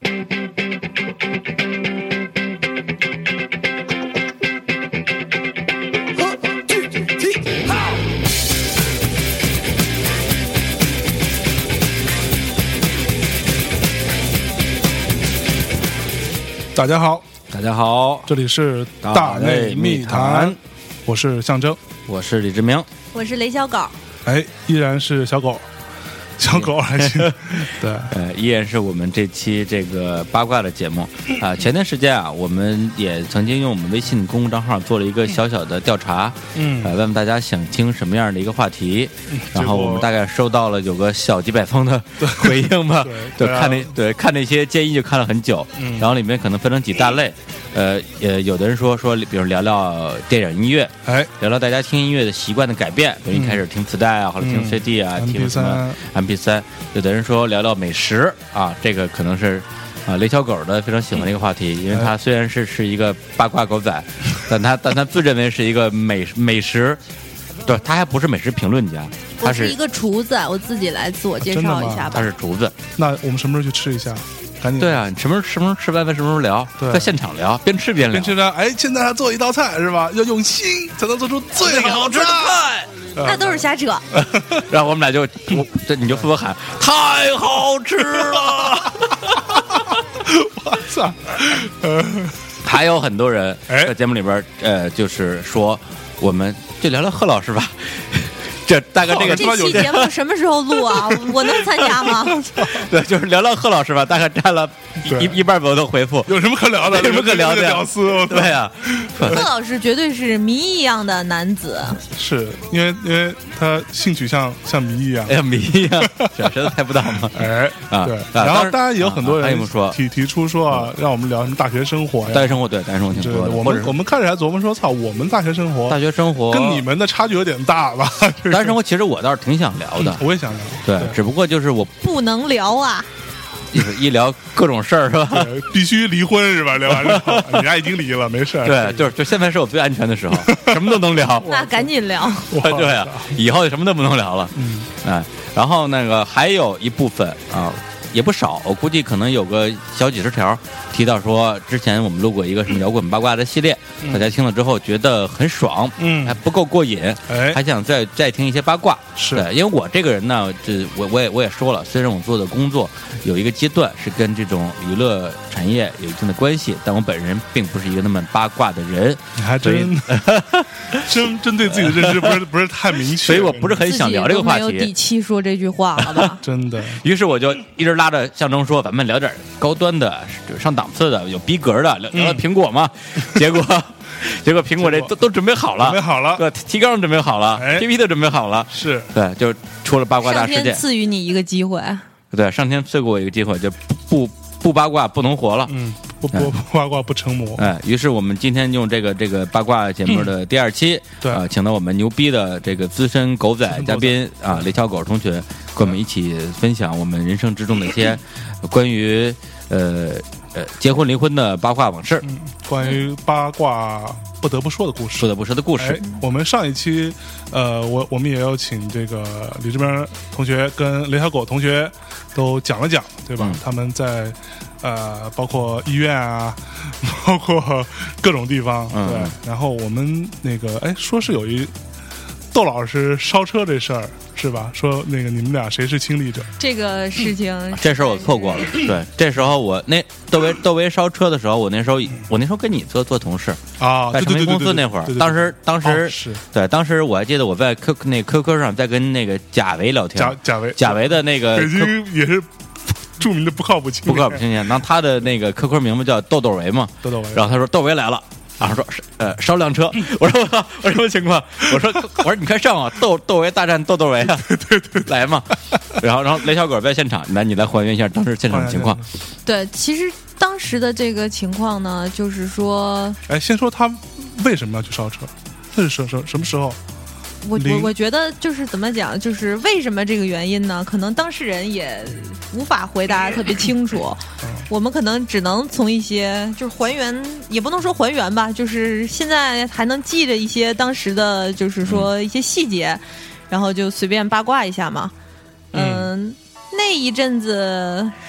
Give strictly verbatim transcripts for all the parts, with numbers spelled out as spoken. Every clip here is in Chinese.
大家好， 大家好， 这里是大内密谈，我是象征， 我是李志明， 我是雷小狗。 哎，依然是小狗，小狗还行。对， 呃，依然是我们这期这个八卦的节目啊、呃。前段时间啊，我们也曾经用我们微信公众账号做了一个小小的调查，嗯，呃，问问大家想听什么样的一个话题，嗯、然后我们大概收到了有个小几百封的回应吧。对，对看那对看那些建议就看了很久，嗯，然后里面可能分成几大类。呃呃，有的人说说，比如聊聊电影音乐，哎，聊聊大家听音乐的习惯的改变，比如一开始听磁带啊，或者听 C D 啊， 嗯、 听什么 M P 三。有的人说聊聊美食啊，这个可能是啊雷小狗的非常喜欢的一个话题，因为他虽然是是一个八卦狗仔，但他但他自认为是一个美美食，对，他还不是美食评论家，他是一个厨子，我自己来自我介绍一下吧。 他是厨子， 那我们什么时候去吃一下？ 对啊，你什么时候什么时候吃完饭什么时候聊，在现场聊，边吃边聊。 边吃聊，哎，现在他做一道菜是吧？要用心才能做出最好吃的菜。 那都是瞎扯。 然后我们俩就，我这你就负责喊，太好吃了！ 我操！ 还有很多人在节目里边，呃，就是说，我们就聊聊贺老师吧。这大概这个这期节目什么时候录啊？我能参加吗？ 对，就是聊聊贺老师吧，大概占了一一半左右的回复。 有什么可聊的？ 有什么可聊的？ 屌丝， 对呀、 啊。贺老师绝对是谜一样的男子， 是因为因为他性取向像谜一样， 哎呀，谜一样，这真的猜不到吗？ 哎， 啊， 对。然后当然也有很多人说提提出说啊，让我们聊什么大学生活呀， 大学生活对，大学生活挺多的。 我们我们开始还琢磨说，操，我们大学生活， 大学生活跟你们的差距有点大吧？ 大学生活其实我倒是挺想聊的， 我也想聊， 对，只不过就是我不能聊啊。 一聊各种事儿是吧？ 必须离婚是吧？聊完之后，你家已经离了，没事。 对，就是就现在是我最安全的时候，什么都能聊。 那赶紧聊。 对啊，以后什么都不能聊了。嗯，哎，然后那个还有一部分啊，也不少，我估计可能有个小几十条提到说，之前我们录过一个什么摇滚八卦的系列，嗯、大家听了之后觉得很爽，嗯，还不够过瘾，哎，还想再再听一些八卦。 是， 因为我这个人呢，这我我也我也说了，虽然我做的工作有一个阶段是跟这种娱乐产业有一定的关系，但我本人并不是一个那么八卦的人。 你还真真针对自己的认知不是不是太明确， 所以我不是很想聊这个话题。 没有底气说这句话了吧？ 真的。 于是我就一直拉着象征说，咱们聊点高端的、上档次的、有逼格的，聊聊苹果嘛。嗯、结果。结果苹果这都都准备好了， 准备好了， 对，提纲准备好了，哎、P P T 都准备好了， 是对，就出了八卦大事件。 上天赐予你一个机会， 对，上天赐给我一个机会，就不不八卦不能活了， 嗯，不不不八卦不成魔。 哎，于是我们今天用这个这个八卦节目的第二期，嗯、对啊、呃，请到我们牛逼的这个资深狗仔嘉宾啊，雷小狗同学，跟我们一起分享我们人生之中的一些关于呃。呃，结婚离婚的八卦往事， 嗯，关于八卦不得不说的故事， 不得不说的故事。 哎、我们上一期，呃，我我们也有请这个李志明同学跟雷小狗同学都讲了讲，对吧？嗯、他们在呃，包括医院啊，包括各种地方，嗯、对。然后我们那个，哎，说是有一窦老师烧车这事儿。是吧？说那个你们俩谁是亲历者？ 这个事情， 嗯、这时候我错过了。对，这时候我那窦唯窦唯烧车的时候，我那时候我那时候跟你做做同事啊， 在成品公司那会儿，当时当时、 哦、是对，当时我还记得我在 Q 那 Q Q 上在跟那个贾维聊天， 贾贾维贾维的那个北京也是著名的不靠谱青年， 不靠谱青年。然后他的那个 Q Q 名字叫窦窦唯嘛， 窦窦唯。 然后他说窦唯来了。然后说，呃，烧辆车。我说我我什么情况？我说我说你快上啊，窦窦唯大战窦窦唯啊， 对对对， 来嘛。然后然后雷小狗在现场，来你来还原一下当时现场的情况。 对，其实当时的这个情况呢，就是说， 哎，先说他为什么要去烧车？这是什什什么时候？ 我我我觉得就是怎么讲，就是为什么这个原因呢？可能当事人也无法回答特别清楚，我们可能只能从一些就是还原，也不能说还原吧，就是现在还能记着一些当时的，就是说一些细节，嗯、然后就随便八卦一下嘛。嗯，嗯那一阵子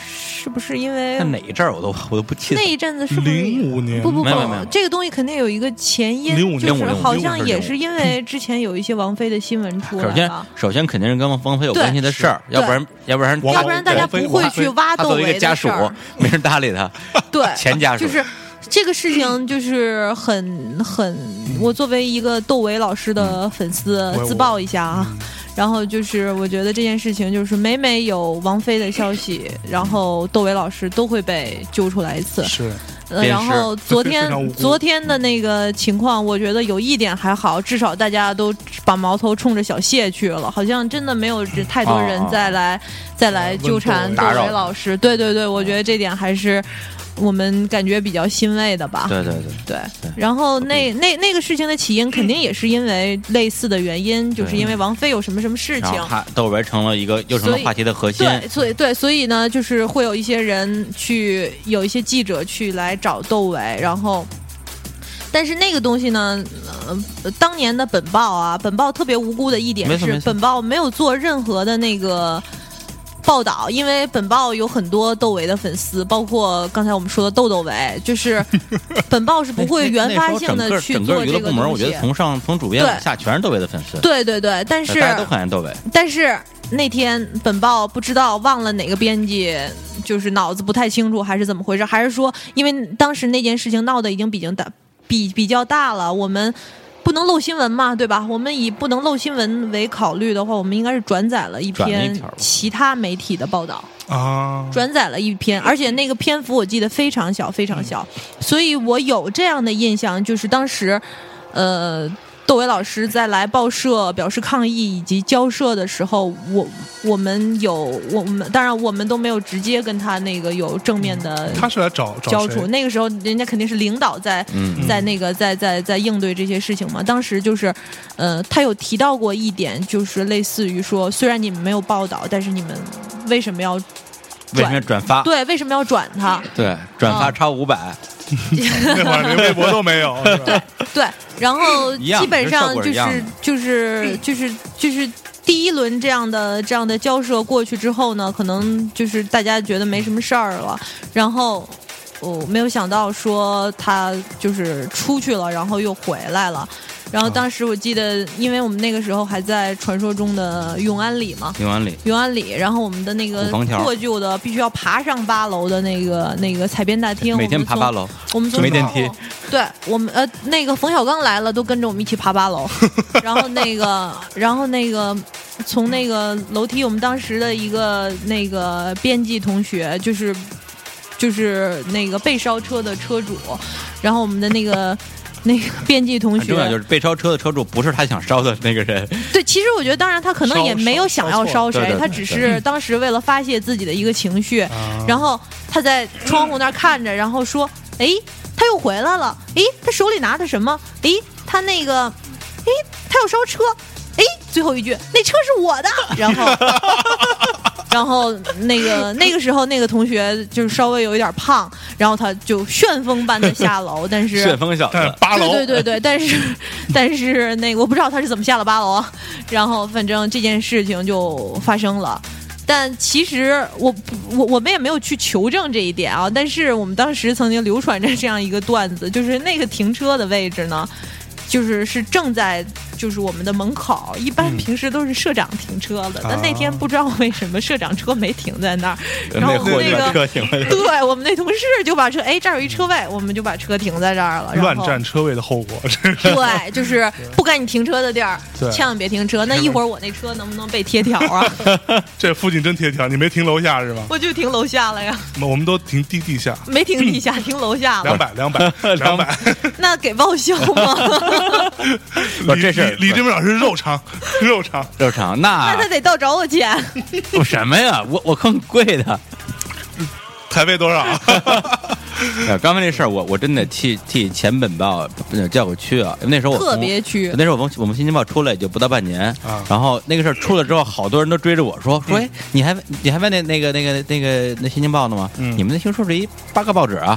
是不是因为那哪一阵儿我都我都不记得。 那一阵子是不是零五年？ 不不不没有没有， 这个东西肯定有一个前因， 零五年就是好像也零五是因为之前有一些王菲的新闻出来首先了。 首先肯定是跟王菲有关系的事儿，要不然要不然王要不然大家不会去挖他作为一窦唯个家属的事儿。， 没人搭理他。 对， 前家属就是这个事情，就是很很，我作为一个窦唯老师的粉丝， 我自曝一下啊。 嗯然后就是，我觉得这件事情就是每每有王菲的消息，然后窦唯老师都会被揪出来一次。 是呃， 鞭尸然后昨非常无天辜昨天的那个情况，我觉得有一点还好，至少大家都把矛头冲着小谢去了，好像真的没有太多人再来、再来纠缠窦打扰唯老师。对对对，我觉得这点还是我们感觉比较欣慰的吧。 对对对， 对对， 然后那那那个事情的起因肯定也是因为类似的原因，就是因为王菲有什么什么事情然后，他窦唯成了一个又成了所以话题的核心。 对，所以对，所以呢，就是会有一些人去，有一些记者去来找窦唯，然后。但是那个东西呢，呃，当年的本报啊，本报特别无辜的一点是， 没错没错本报没有做任何的那个报道，因为本报有很多窦唯的粉丝，包括刚才我们说的窦窦唯，就是本报是不会原发性的去整做这个个娱乐部门，我东西觉得。从上从主编对往下全是窦唯的粉丝， 对对对，但是大家都很爱窦唯。 但是那天本报不知道忘了哪个编辑，就是脑子不太清楚，还是怎么回事？还是说，因为当时那件事情闹得已经比较大，比比较大了，我们不能漏新闻嘛，对吧？我们以不能漏新闻为考虑的话，我们应该是转载了一篇转了一条其他媒体的报道。 啊， 转载了一篇，而且那个篇幅我记得非常小，非常小，所以我有这样的印象，就是当时，呃，窦唯老师在来报社表示抗议以及交涉的时候，我我们有我们当然我们都没有直接跟他那个有正面的他是来找找谁交处，那个时候人家肯定是领导在、 嗯在那个在在在应对这些事情嘛。当时就是，呃，他有提到过一点，就是类似于说，虽然你们没有报道，但是你们为什么要为什么要转发？ 对为什么要转他？ 对，转发嗯超五百， 那会儿连微博都没有，是吧？ 对，然后一样基本上效果就是一样的就是就是就是第一轮这样的这样的交涉过去之后呢，可能就是大家觉得没什么事儿了，然后我、哦、没有想到说他就是出去了，然后又回来了。然后当时我记得，因为我们那个时候还在传说中的永安里嘛， 永安里永安里，然后我们的那个虎坊桥破旧的必须要爬上八楼的那个那个采编大厅， 每天我们从爬八楼， 我们从没电梯。 对我们呃，那个冯小刚来了，都跟着我们一起爬八楼。然后那个，然后那个，从那个楼梯，我们当时的一个那个编辑同学，就是就是那个被烧车的车主，然后我们的那个。那个编辑同学， 很重要就是被烧车的车主不是他想烧的那个人。 对，其实我觉得，当然他可能也没有想要烧谁，他只是当时为了发泄自己的一个情绪， 啊然后他在窗户那儿看着，然后说：“哎，他又回来了，哎，他手里拿的什么？哎，他那个，哎，他要烧车，哎，最后一句，那车是我的。”然后。然后那个那个时候那个同学就是稍微有一点胖，然后他就旋风般的下楼，但是旋风小子八楼， 对对对对，但是但是那个我不知道他是怎么下了八楼啊，然后反正这件事情就发生了。但其实我我我们也没有去求证这一点啊，但是我们当时曾经流传着这样一个段子，就是那个停车的位置呢，就是是正在就是我们的门口，一般平时都是社长停车的，但、 啊那天不知道为什么社长车没停在那儿，然后我们货那个运车停了。 对我们那同事就把车，哎，这儿有一车位，我们就把车停在这儿了。然后乱占车位的后果，这是对，就是不该你停车的地儿对， 千万别停车。那一会儿我那车能不能被贴条啊？ 这附近真贴条，你没停楼下是吧？ 我就停楼下了呀， 我们都停地地下， 没停地下，停楼下了。 两百两百两百。 那给报销吗？ 李不这是李李志明老师肉偿肉偿， 肉肠那那他得倒找我钱。 不什么呀？我我更贵的。 台费多少？ 啊，刚才这事儿，我我真得替替前本报呃叫个屈啊！那时候我特别屈那时候我们我们新京报出来也就不到半年， 啊然后那个事儿出了之后，好多人都追着我说说，哎，你还你还卖那那个那个那个那新京报呢吗？ 嗯你们那听说是一八卦报纸啊？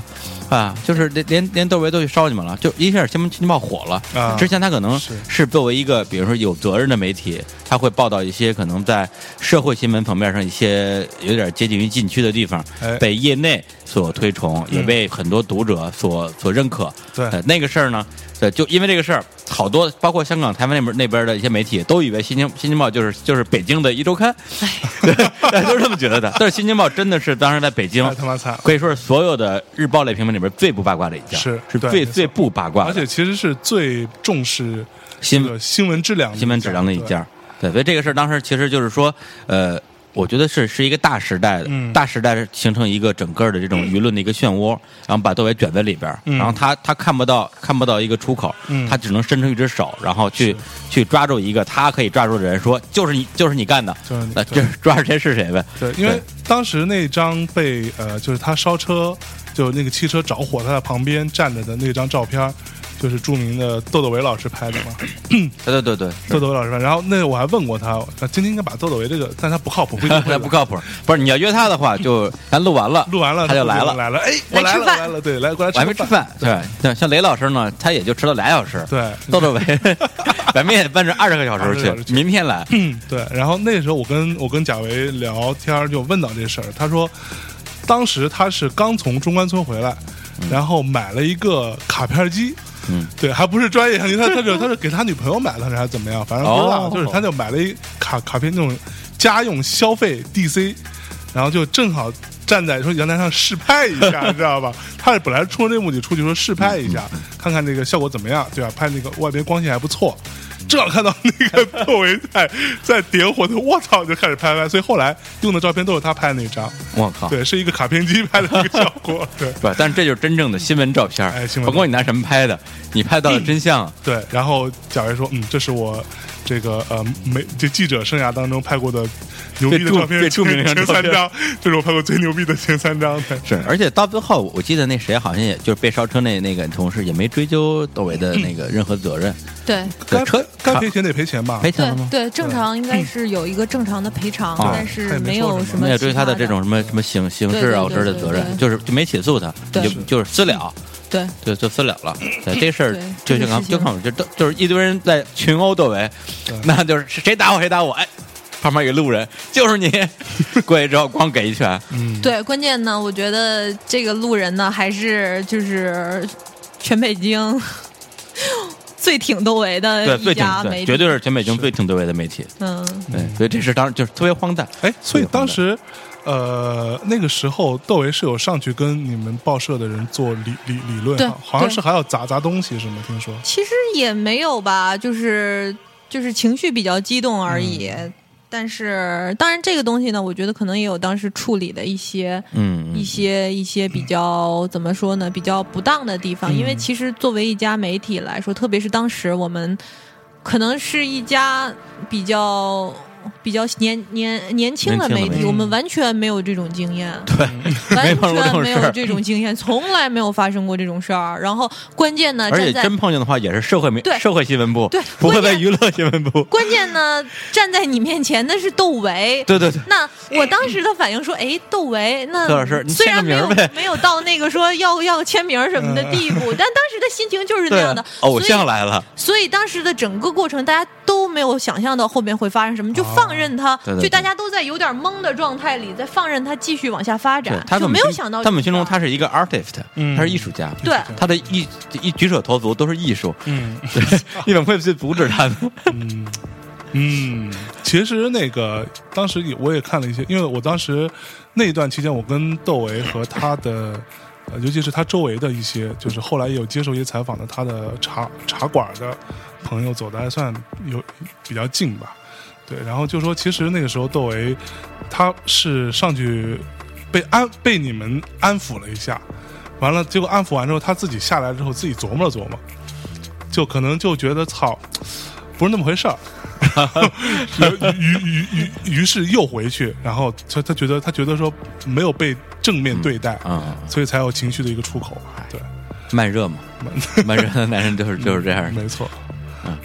啊，就是连连连窦唯都去烧你们了，就一下新闻新京报火了。 啊、 之前他可能是, 是作为一个比如说有责任的媒体，他会报道一些可能在社会新闻层面上一些有点接近于禁区的地方， 哎、 被业内所推崇，也被很多读者所、嗯、所认可。 对、 呃，那个事儿呢，对，就因为这个事儿，好多包括香港、台湾那边那边的一些媒体都以为新京新京报就是就是北京的一周刊，对，都是这么觉得的。但是新京报真的是当时在北京， 他妈惨， 可以说是所有的日报类平面里边最不八卦的一家， 是是最最不八卦的， 而且其实是最重视新新闻质量新闻质量的一家。对，所以这个事儿当时其实就是说，呃。我觉得是是一个大时代的、嗯、大时代是形成一个整个的这种舆论的一个漩涡，然后把窦唯卷在里边、嗯，然后他他看不到看不到一个出口、嗯，他只能伸出一只手，然后去去抓住一个他可以抓住的人，说就是你就是你干的， 就是你呃，这抓住谁是谁呗。 对，因为当时那张被呃就是他烧车，就那个汽车着火，他在旁边站着的那张照片。就是著名的窦窦唯老师拍的嘛， 对对对对， 窦窦唯老师拍。然后那我还问过他，今天应该把窦窦唯这个，但他不靠谱， 他不靠谱。不是你要约他的话，就咱录完了， 录完了他就来了， 来了，哎，我来了，来了，对，来过来吃饭，我还没吃饭，对对。像雷老师呢，他也就迟到俩小时， 对。 窦窦唯，咱们也奔着二十个小时去，明天来。 嗯，对。然后那时候我跟我跟贾维聊天，就问到这事儿，他说，当时他是刚从中关村回来，然后买了一个卡片机。 嗯， 对，还不是专业相机，他他是他是给他女朋友买的还是怎么样？反正不知道，哦、就是他就买了一卡卡片那种家用消费 D C， 然后就正好站在说阳台上试拍一下，你知道吧？他是本来冲着这目的出去说试拍一下，嗯、看看这个效果怎么样，对吧？拍那个外边光线还不错。正好看到那个窦唯在在点火的，我操，就开始拍拍，所以后来用的照片都是他拍的那张。 我靠， 对，是一个卡片机拍的一个效果，对， 对，但是这就是真正的新闻照片， 哎，新闻， 甭管你拿什么拍的，你拍到了真相。 嗯、对，然后贾维说，嗯，这是我这个呃媒这记者生涯当中拍过的牛逼的照片， 最著名的前三张，这是我拍过最牛逼的前三张。 是，而且到最后，我记得那谁好像也就是被烧车那那个同事也没追究窦唯的那个任何责任。 对， 该车该赔钱得赔钱吧？ 赔钱了吗？ 对，正常应该是有一个正常的赔偿， 嗯、 但是没有什么没有追他的这种什么什么刑刑事啊之类的责任，就是就没起诉他，就就是私了。 对， 就就私了了。对，这事儿就就看就看就就是一堆人在群殴窦唯，那就是谁打我谁打我，哎。旁边有个路人，就是你，过去之后光给一拳。 嗯， 对，关键呢，我觉得这个路人呢，还是就是全北京最挺窦唯的一家媒体， 绝对是全北京最挺窦唯的媒体。 嗯， 对，所以这事当然就是特别荒诞。 哎，所以当时。呃，那个时候窦唯是有上去跟你们报社的人做理理理论，好像是还要砸砸东西，是吗？听说其实也没有吧，就是就是情绪比较激动而已。嗯、但是当然这个东西呢，我觉得可能也有当时处理的一些嗯一些一些比较、嗯、怎么说呢，比较不当的地方。嗯、因为其实作为一家媒体来说，特别是当时我们可能是一家比较。比较年年年轻的媒体，我们完全没有这种经验， 对， 完全没有这种经验，从来没有发生过这种事儿。然后关键呢， 而且真碰见的话，也是社会媒社会新闻部， 对， 不会在娱乐新闻部。 关键呢，站在你面前的是窦唯， 对对对。 那我当时的反应说，哎，窦唯，那柯老师， 虽然没有没有到那个说要要签名什么的地步，但当时的心情就是那样的， 偶像来了。 所以当时的整个过程，大家都没有想象到后面会发生什么，就放任他。 对对对， 就大家都在有点懵的状态里，在放任他继续往下发展， 他就没有想到他们心中他是一个 artist，、嗯、他是艺术家， 对他的一一举手投足都是艺术， 嗯， 你怎么会去阻止他呢？ 嗯嗯，其实那个当时也我也看了一些，因为我当时那一段期间，我跟窦唯和他的。呃，尤其是他周围的一些，就是后来也有接受一些采访的，他的茶茶馆的朋友走的还算有比较近吧。对，然后就说其实那个时候窦唯他是上去被安被你们安抚了一下，完了结果安抚完之后他自己下来之后自己琢磨了琢磨，就可能就觉得操不是那么回事儿于于于于是又回去，然后他他觉得他觉得说没有被正面对待， 嗯， 所以才有情绪的一个出口。对， 慢热嘛，慢热的男人就是就是这样， 没错。 嗯，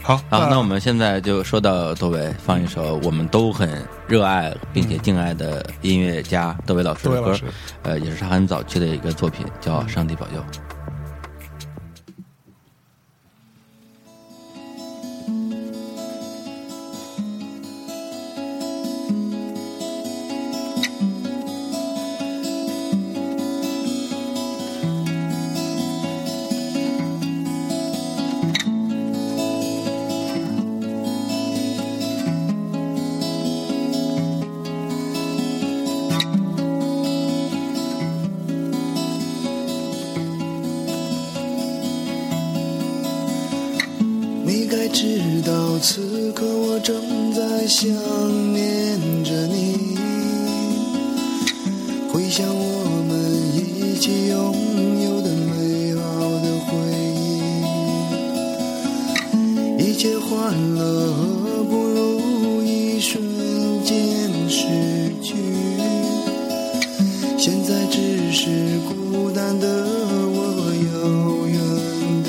好， 好，那我们现在就说到窦唯，放一首我们都很热爱并且敬爱的音乐家窦唯老师的歌，呃，也是他很早期的一个作品，叫《上帝保佑》。 知道此刻我正在想念着你，回想我们一起拥有的美好的回忆，一切欢乐何不如一瞬间逝去，现在只是孤单的我遥远的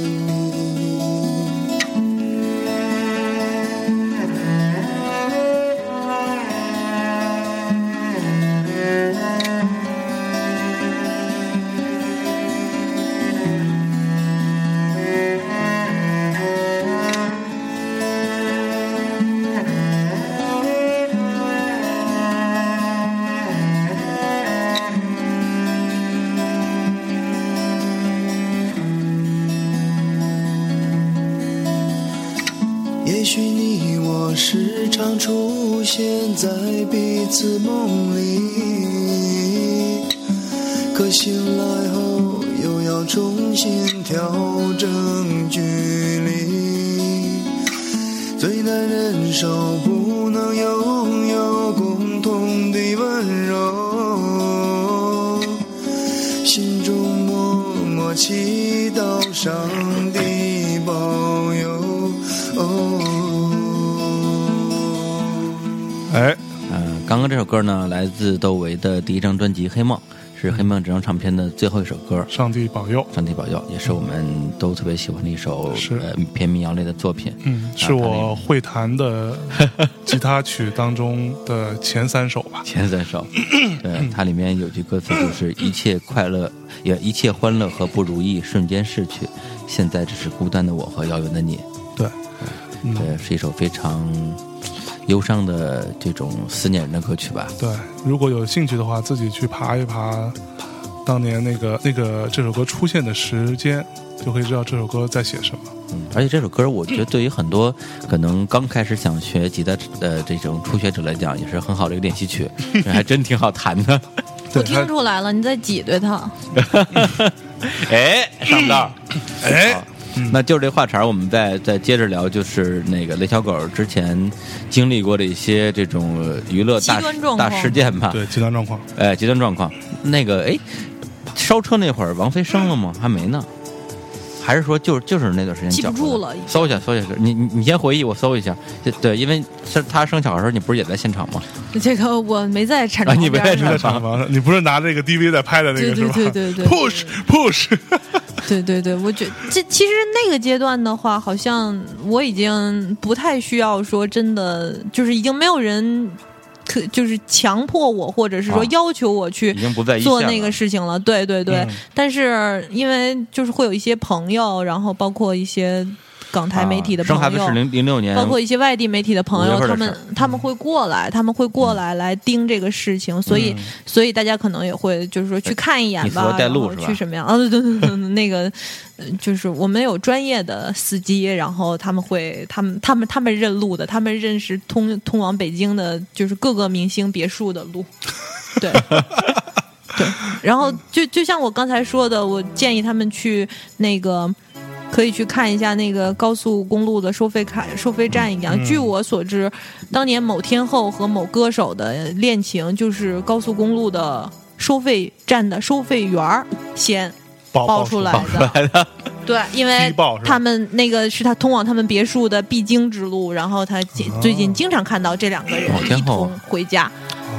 也许你我时常出现在彼此梦里，可醒来后又要重新调整距离，最难忍受不能拥有共同的温柔，心中默默祈祷上帝保佑。哦， 哎， 呃，刚刚这首歌呢，来自窦唯的第一张专辑《黑梦》，是《黑梦》这张唱片的最后一首歌。 上帝保佑， 上帝保佑，也是我们都特别喜欢的一首呃偏民谣类的作品。 嗯，是我会弹的吉他曲当中的前三首吧。 前三首，对，它里面有句歌词就是“一切快乐，也一切欢乐和不如意瞬间逝去，现在只是孤单的我和遥远的你。” 对。 对，是一首非常忧伤的这种思念人的歌曲吧。 对，如果有兴趣的话，自己去爬一爬当年那个那个这首歌出现的时间，就可以知道这首歌在写什么。 嗯，而且这首歌我觉得对于很多可能刚开始想学吉他的这种初学者来讲，也是很好的一个练习曲，还真挺好弹的。 我听出来了，你在挤兑他。 哎，上不到。 哎。 嗯、那就这话茬，我们再再接着聊，就是那个雷小狗之前经历过的一些这种娱乐大大事件吧？ 对，极端状况。 哎，极端状况。那个，哎，烧车那会儿，王菲生了吗？还没呢。还是说就就是那段时间记不住了？ 搜一下，搜一下。你你你先回忆，我搜一下。对，因为是他生小孩的时候，你不是也在现场吗？ 这个我没在产房、啊， 你没在产房，你不是拿这个 D V 在拍的那个是吧？ 对对对对对 ，push push。 对对对，我觉得这其实那个阶段的话，好像我已经不太需要说真的，就是已经没有人可就是强迫我，或者是说要求我去做那个事情了。对对对、嗯，但是因为就是会有一些朋友，然后包括一些港台媒体的朋友， 生孩子是零零六年， 包括一些外地媒体的朋友，他们他们会过来，他们会过来来盯这个事情，所以、嗯、所以大家可能也会就是说去看一眼吧， 带路是吧？ 去什么样？啊，对对对对，那个就是我们有专业的司机，然后他们会他们他们他们认路的，他们认识通通往北京的，就是各个明星别墅的路，对。对，然后就就像我刚才说的，我建议他们去那个。可以去看一下那个高速公路的收费卡、收费站一样。嗯、据我所知，当年某天后和某歌手的恋情，就是高速公路的收费站的收费员先爆出来的。对，因为他们那个是他通往他们别墅的必经之路，然后他最近经常看到这两个人一同回家。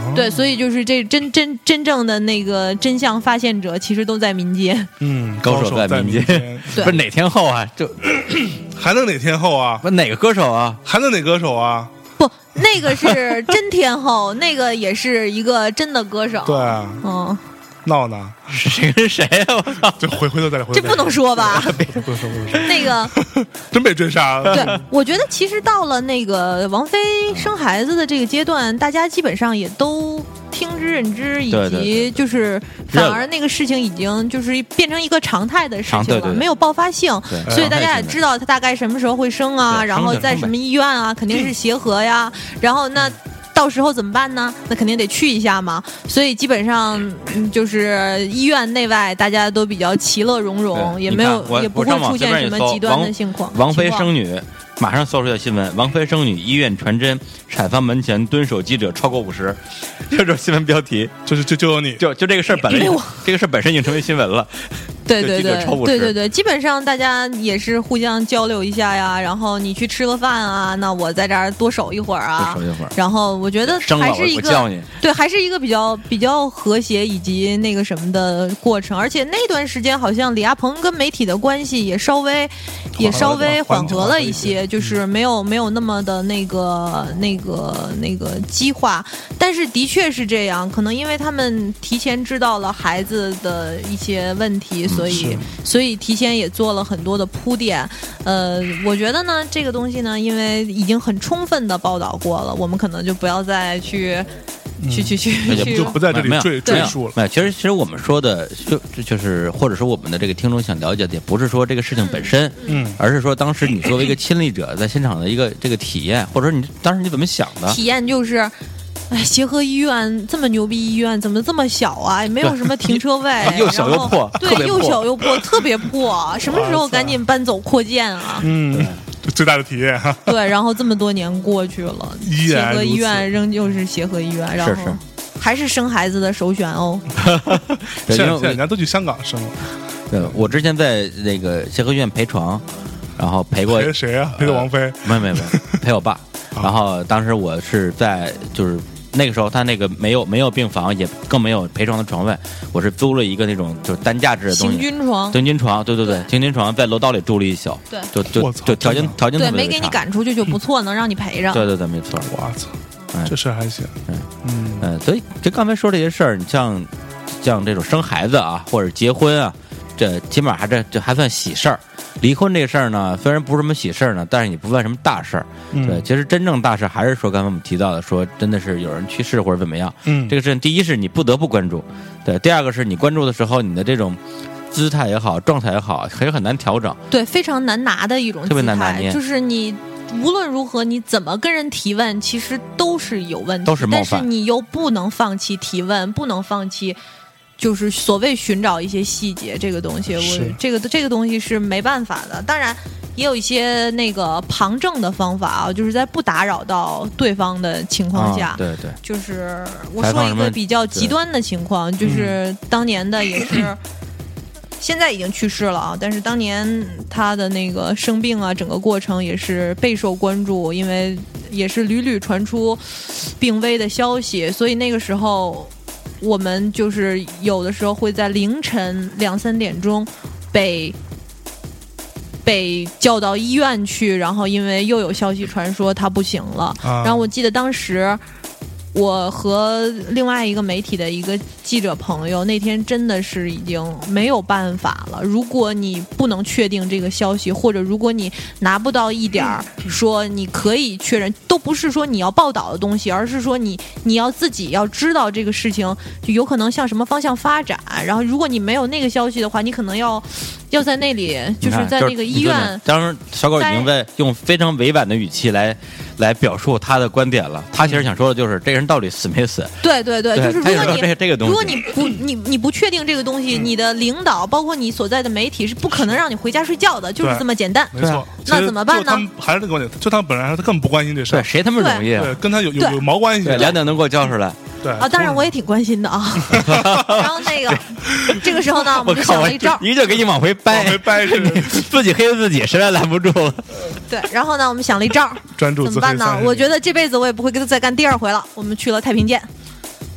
对，所以就是这真真真正的那个真相发现者，其实都在民间。 嗯， 高手在民间， 对不是哪天后啊？就还能哪天后啊？ 不哪个歌手啊？ 还能哪歌手啊？ 不，那个是真天后，那个也是一个真的歌手。 对啊， 嗯， 闹呢？ 谁跟谁啊？我操！ 就回回头再来，回头再来这不能说吧？ 不能说，不能说。 那个， 真被追杀了。 对，我觉得其实到了那个王菲生孩子的这个阶段，大家基本上也都听之任之，以对对及就是反而那个事情已经就是变成一个常态的事情了， 对对对没有爆发性， 对所以大家也知道他大概什么时候会生啊， 对然后生就生呗在什么医院啊，肯定是协和呀，然后那。到时候怎么办呢？那肯定得去一下嘛。所以基本上，嗯，就是医院内外大家都比较其乐融融， 对也没有你看我也不会我上网出现什么随便一搜极端的王情况。 王菲情况生女，马上搜出来新闻：王菲生女，医院传真，产房门前蹲守记者超过五十，这种新闻标题， 就是就就有你， 就就这个事儿本来没有这个事儿本身已经成为新闻了。 对对对就记者超五十对对对，基本上大家也是互相交流一下呀，然后你去吃个饭啊，那我在这儿多守一会儿啊， 多守一会儿然后我觉得生了还是一个我叫你对，还是一个比较比较和谐以及那个什么的过程，而且那段时间好像李亚鹏跟媒体的关系也稍微也稍微缓和了一些，就是没有没有那么的那个那个那个激化，但是的确是这样，可能因为他们提前知道了孩子的一些问题，所以。所以提前也做了很多的铺垫，呃，我觉得呢，这个东西呢，因为已经很充分的报道过了，我们可能就不要再去。 嗯、 去去去去， 就不在这里赘赘述了。 没有，其实其实我们说的就就是或者说我们的这个听众想了解的，也不是说这个事情本身， 嗯， 而是说当时你作为一个亲历者在现场的一个这个体验，或者说你当时你怎么想的？ 体验就是。哎，协和医院这么牛逼，医院怎么这么小啊？也没有什么停车位， 又小又破， 对，又小又破，特别破。什么时候赶紧搬走扩建啊？ 嗯，最大的体验哈。 对，然后这么多年过去了，协和医院仍旧是协和医院，然后是是还是生孩子的首选哦。 现在现在人家都去香港生了。 对，我之前在那个协和医院陪床，然后陪过陪谁啊？陪着王菲？ 没有没有没有，陪我爸。然后当时我是在就是。那个时候他那个没有没有病房，也更没有陪床的床位，我是租了一个那种就是单价值的东西， 行军床， 行军床，对对对，行军床在楼道里住了一宿， 对， 就就就条件条件对，没给你赶出去就不错，能让你陪着， 对对对，没错， 我操，这事还行， 嗯嗯嗯，所以就刚才说这些事儿，你像像这种生孩子啊，或者结婚啊，这起码还这这还算喜事儿。离婚这事儿呢，虽然不是什么喜事儿呢，但是也不算什么大事儿。 嗯、 对，其实真正大事还是说刚才我们提到的，说真的是有人去世或者怎么样。 嗯， 这个事情第一是你不得不关注，对；第二个是你关注的时候，你的这种姿态也好，状态也好，很很难调整。 对，非常难拿的一种姿态， 特别难拿捏。 就是你无论如何，你怎么跟人提问，其实都是有问题， 都是冒犯。 但是你又不能放弃提问，不能放弃。就是所谓寻找一些细节，这个东西，我这个这个东西是没办法的。当然，也有一些那个旁证的方法啊，就是在不打扰到对方的情况下， 哦、对对， 就是我说一个比较极端的情况，就是当年的也是。现在已经去世了啊，但是当年他的那个生病啊，整个过程也是备受关注，因为也是屡屡传出病危的消息，所以那个时候。我们就是有的时候会在凌晨两三点钟被被叫到医院去，然后因为又有消息传说他不行了， 啊、 然后我记得当时我和另外一个媒体的一个记者朋友那天真的是已经没有办法了，如果你不能确定这个消息，或者如果你拿不到一点儿说你可以确认，都不是说你要报道的东西，而是说你你要自己要知道这个事情就有可能向什么方向发展，然后如果你没有那个消息的话，你可能要要在那里就是在那个医院。 当时小狗已经在用非常委婉的语气来来表述他的观点了，他其实想说的就是这个人到底死没死？ 对对对，就是如果你这这个东西， 如果你不你你不确定这个东西，你的领导包括你所在的媒体是不可能让你回家睡觉的，就是这么简单。 没错， 那怎么办呢？ 他们还是这个观点，就他们本来他根本不关心这事儿， 谁他妈容易？ 对，跟他有有有毛关系？ 两点能给我叫出来。 对啊，当然我也挺关心的啊。然后那个这个时候呢，我们就想了一招， 一个就给你往回掰， 往回掰， 自己黑自己，实在拦不住了。 对，然后呢，我们想了一招， 专注怎么办呢？我觉得这辈子我也不会跟他再干第二回了。我们去了太平间。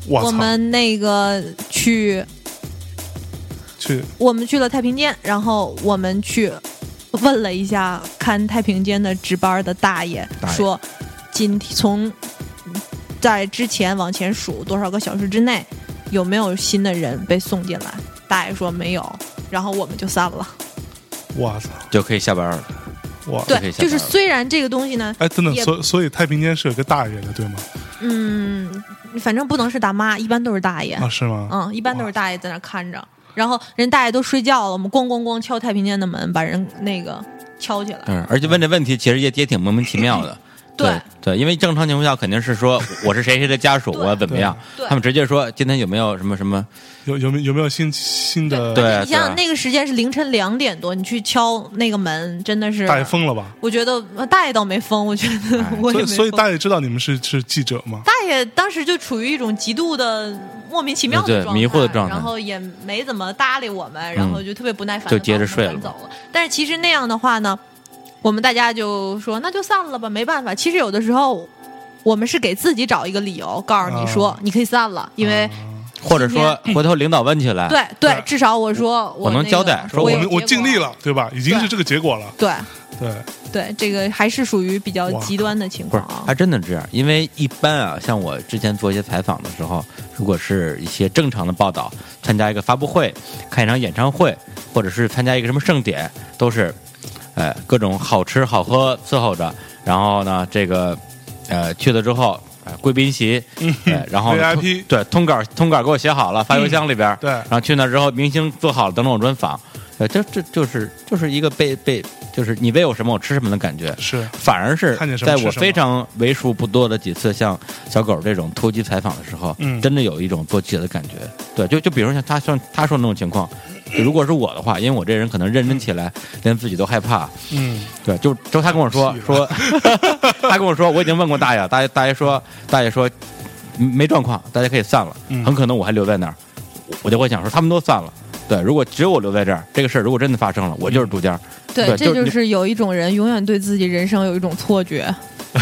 我们那个去去， 我们去了太平间，然后我们去问了一下看太平间的值班的大爷， 大爷说今天从在之前往前数多少个小时之内有没有新的人被送进来，大爷说没有，然后我们就散了。 我操， 就可以下班了。 哇， 对，就是虽然这个东西呢， 哎，等等，所所以太平间是有个大爷的，对吗？ 嗯，反正不能是大妈，一般都是大爷啊，是吗？ 嗯，一般都是大爷在那看着，然后人大爷都睡觉了，我们咣咣咣敲太平间的门，把人那个敲起来。 嗯，而且问这问题其实也也挺莫名其妙的。对对，因为正常情况下肯定是说我是谁谁的家属，我要怎么样？他们直接说今天有没有什么什么， 有有没有有没有新新的？ 对， 你想想那个时间是凌晨两点多，你去敲那个门，真的是大爷疯了吧？ 我觉得大爷倒没疯，我觉得我也没疯。 所以所以大爷知道你们是是记者吗？ 大爷当时就处于一种极度的莫名其妙的状态， 迷糊的状态， 然后也没怎么搭理我们，然后就特别不耐烦， 就接着睡了， 走了。但是其实那样的话呢？我们大家就说那就散了吧，没办法。其实有的时候，我们是给自己找一个理由，告诉你说、啊、你可以散了，因为、啊、 或者说回头领导问起来， 对对，至少我说我、 我能交代， 说我我我尽力了，对吧？已经是这个结果了。 对对对，这个还是属于比较极端的情况啊。 还真的这样，因为一般啊，像我之前做一些采访的时候，如果是一些正常的报道，参加一个发布会、看一场演唱会，或者是参加一个什么盛典，都是。哎，各种好吃好喝伺候着，然后呢，这个，呃，去了之后，呃、贵宾席， 嗯哎、然后 V I P 对通稿通稿给我写好了，发邮箱里边、 嗯，对， 然后去那之后，明星做好了等等我专访，呃，这这就是就是一个被被就是你喂我什么我吃什么的感觉， 是， 反而是在我非常为数不多的几次像小狗这种突击采访的时候， 嗯， 真的有一种做记者的感觉，对，就就比如像他像他说那种情况。如果是我的话，因为我这人可能认真起来，连自己都害怕。 嗯， 对，就就他跟我说说，他跟我说我已经问过大爷，大爷大爷说大爷说没状况，大家可以散了， 嗯、 很可能我还留在那儿，我就会想说他们都散了。对，如果只有我留在这儿，这个事儿如果真的发生了，我就是独家。 对， 对这就是有一种人永远对自己人生有一种错觉。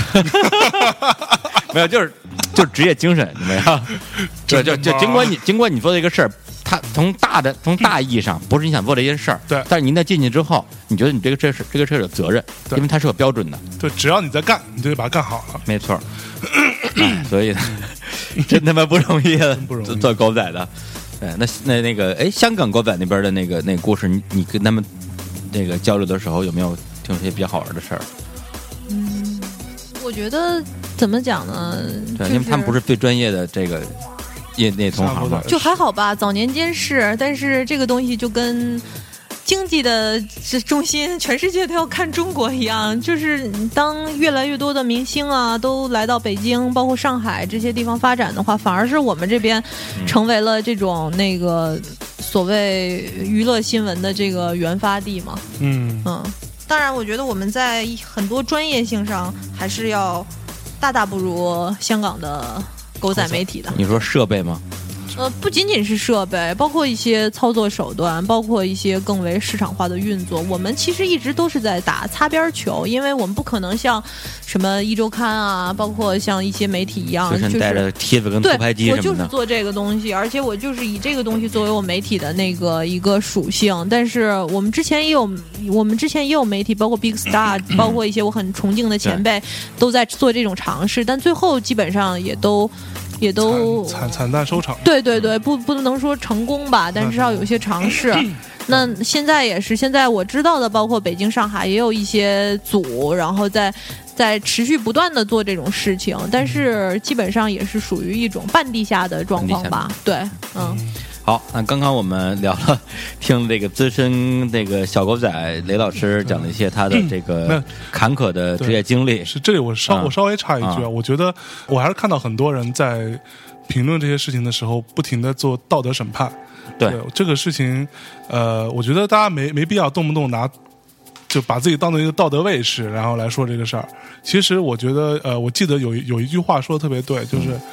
没有，就是就是职业精神，没有。对，就就尽管你尽管你做这个事儿。他从大的从大意义上不是你想做这件事儿， 对， 但是您在进去之后，你觉得你这个这事这个事儿有责任，因为它是有标准的， 对，只要你在干，你就得把它干好了， 没错。所以真他妈不容易啊， 不容易做狗仔的。对，那那那个，哎，香港狗仔那边的那个那个故事，你你跟他们那个交流的时候，有没有听一些比较好玩的事儿？ 嗯，我觉得怎么讲呢？ 对， 就是、 因为他们不是最专业的这个。业内同行嘛， 就还好吧。早年间是，但是这个东西就跟经济的中心，全世界都要看中国一样。就是当越来越多的明星啊都来到北京，包括上海这些地方发展的话，反而是我们这边成为了这种那个所谓娱乐新闻的这个原发地嘛。 嗯嗯，当然，我觉得我们在很多专业性上还是要大大不如香港的。狗仔媒体的， 你说设备吗？ 呃，不仅仅是设备，包括一些操作手段，包括一些更为市场化的运作。我们其实一直都是在打擦边球，因为我们不可能像什么一周刊啊，包括像一些媒体一样，就是带着贴子跟偷拍机什么的。 我就是做这个东西，而且我就是以这个东西作为我媒体的那个一个属性。但是我们之前也有，我们之前也有媒体，包括 Big Star， 包括一些我很崇敬的前辈，都在做这种尝试，但最后基本上也都。也都惨惨惨淡收场。 对对对，不不能说成功吧，但是要有一些尝试。那现在也是，现在我知道的，包括北京、上海也有一些组，然后在在持续不断的做这种事情，但是基本上也是属于一种半地下的状况吧。对，嗯。 好，那刚刚我们聊了，听这个资深这个小狗仔雷老师讲了一些他的这个坎坷的职业经历。 是这里我稍、嗯、我稍微插一句啊、嗯，我觉得我还是看到很多人在评论这些事情的时候，不停的做道德审判。 对, 对这个事情，呃，我觉得大家没没必要动不动拿就把自己当成一个道德卫士，然后来说这个事儿。其实我觉得，呃，我记得有有一句话说的特别对，就是。嗯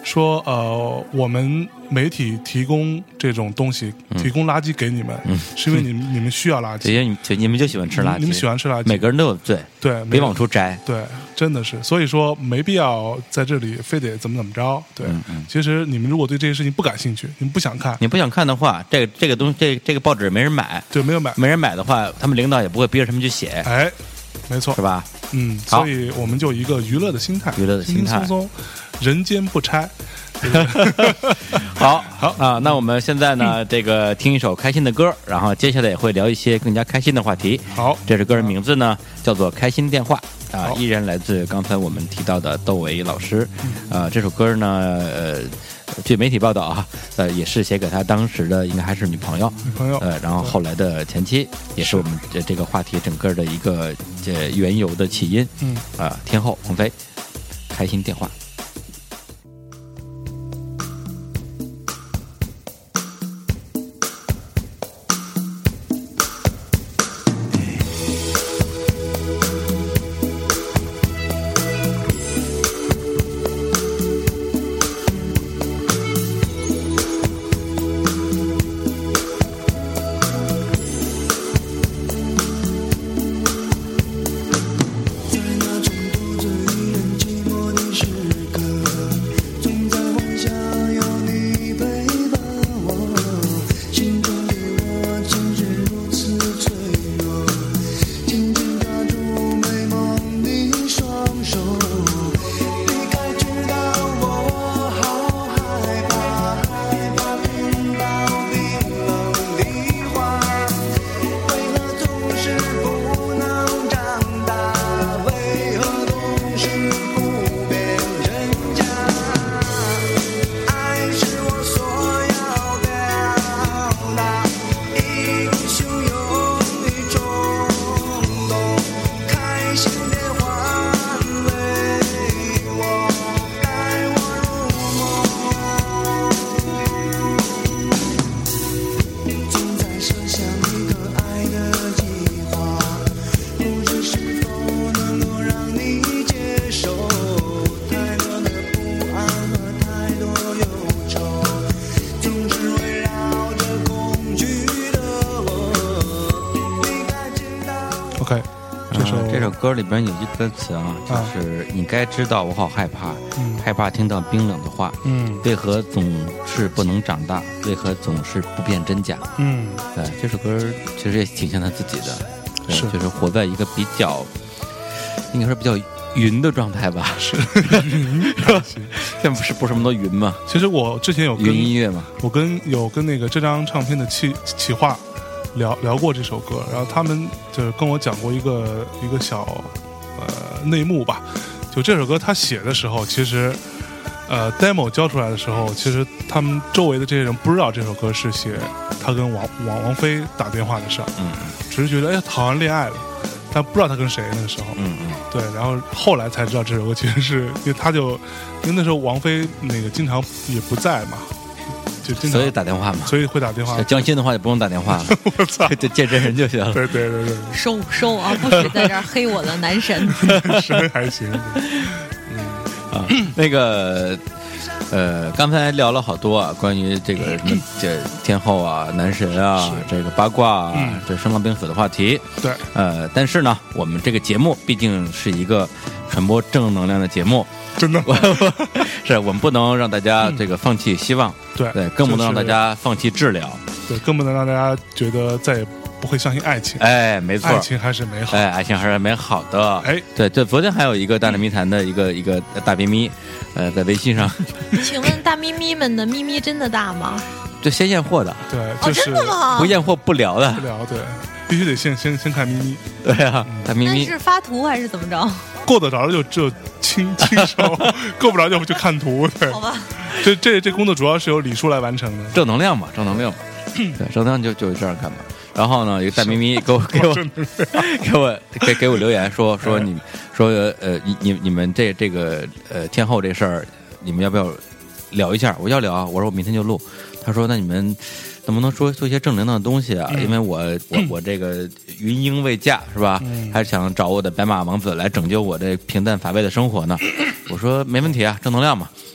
说呃，我们媒体提供这种东西， 嗯、 提供垃圾给你们，嗯、是因为你们、嗯、你们需要垃圾， 因为你你们就喜欢吃垃圾， 你们喜欢吃垃圾， 每个人都有罪， 对， 别往出摘， 对，真的是，所以说没必要在这里非得怎么怎么着，对， 嗯嗯、 其实你们如果对这些事情不感兴趣，你们不想看， 你不想看的话，这个这个东西，这这个报纸没人买， 对，没有买， 没人买的话，他们领导也不会逼着他们去写， 哎，没错， 是吧？ 嗯，所以我们就一个娱乐的心态， 娱乐的心态， 轻轻松松，人间不拆。 好好啊，那我们现在呢，嗯、这个听一首开心的歌，然后接下来也会聊一些更加开心的话题。 好， 这首歌的名字呢叫做《开心电话》啊，依然来自刚才我们提到的窦唯老师。嗯、啊，这首歌呢，呃，据媒体报道啊，呃，也是写给他当时的应该还是女朋友， 女朋友， 呃，然后后来的前妻，也是我们这这个话题整个的一个这缘由的起因。 嗯， 啊，天后王菲，《开心电话》。 OK， 这首、 呃、这首歌里边有句歌词啊，就是你该知道我好害怕， 嗯、 害怕听到冰冷的话， 嗯， 为何总是不能长大？为何总是不辨真假？ 嗯， 对，这首歌其实也挺像他自己的，对， 是就是活在一个比较，应该说比较云的状态吧， 是云，现在不是不是什么都云嘛？ 其实我之前有跟云音乐嘛， 我跟有跟那个这张唱片的企企划聊聊过这首歌，然后他们就跟我讲过一个一个小呃内幕吧。就这首歌他写的时候，其实呃 demo 交出来的时候，其实他们周围的这些人不知道这首歌是写他跟王王王菲打电话的事儿， 嗯， 只是觉得哎好像恋爱了，但不知道他跟谁那个时候， 嗯嗯， 对，然后后来才知道这首歌其实是因为他就因为那时候王菲那个经常也不在嘛。就经常所以打电话嘛， 所以会打电话。 江心的话也不用打电话了， 我操， 就见真人就行了。 对对对对， 收收啊，不许在这儿黑我的男神。 男神还行。 嗯啊，那个呃，刚才聊了好多啊，关于这个什么这天后啊、男神啊、这个八卦啊、嗯、这生老病死的话题。 对， 呃，但是呢，我们这个节目毕竟是一个传播正能量的节目。 真的， 是我们不能让大家这个放弃希望， 嗯、对对，更不能让大家放弃治疗， 对，更不能让大家觉得再也不会相信爱情。 哎，没错， 爱情还是美好， 哎，爱情还是美好的。 哎， 对对，昨天还有一个大内密谈的一个一个大咪咪，呃，在微信上。 请问大咪咪们的咪咪真的大吗？ 这先验货的， 对，就是、 哦、真的吗？ 不验货不聊的， 不聊，对，必须得先先先看咪咪。 对啊，大咪咪。 那是发图还是怎么着？ 够得着就就亲亲手，够不着就去看图。对， 好吧。 这这这工作主要是由李叔来完成的。 正能量嘛，正能量嘛。对，正能量就就这样看吧。然后呢，有个大咪咪给我给我给我给给我留言说说你说呃你你你们这这个呃天后这事儿，你们要不要聊一下？我要聊啊，我说我明天就录。他说那你们能不能说做一些正能量的东西啊？嗯、因为我我我这个云英未嫁是吧？嗯、还是想找我的白马王子来拯救我这平淡乏味的生活呢？我说没问题啊，正能量嘛。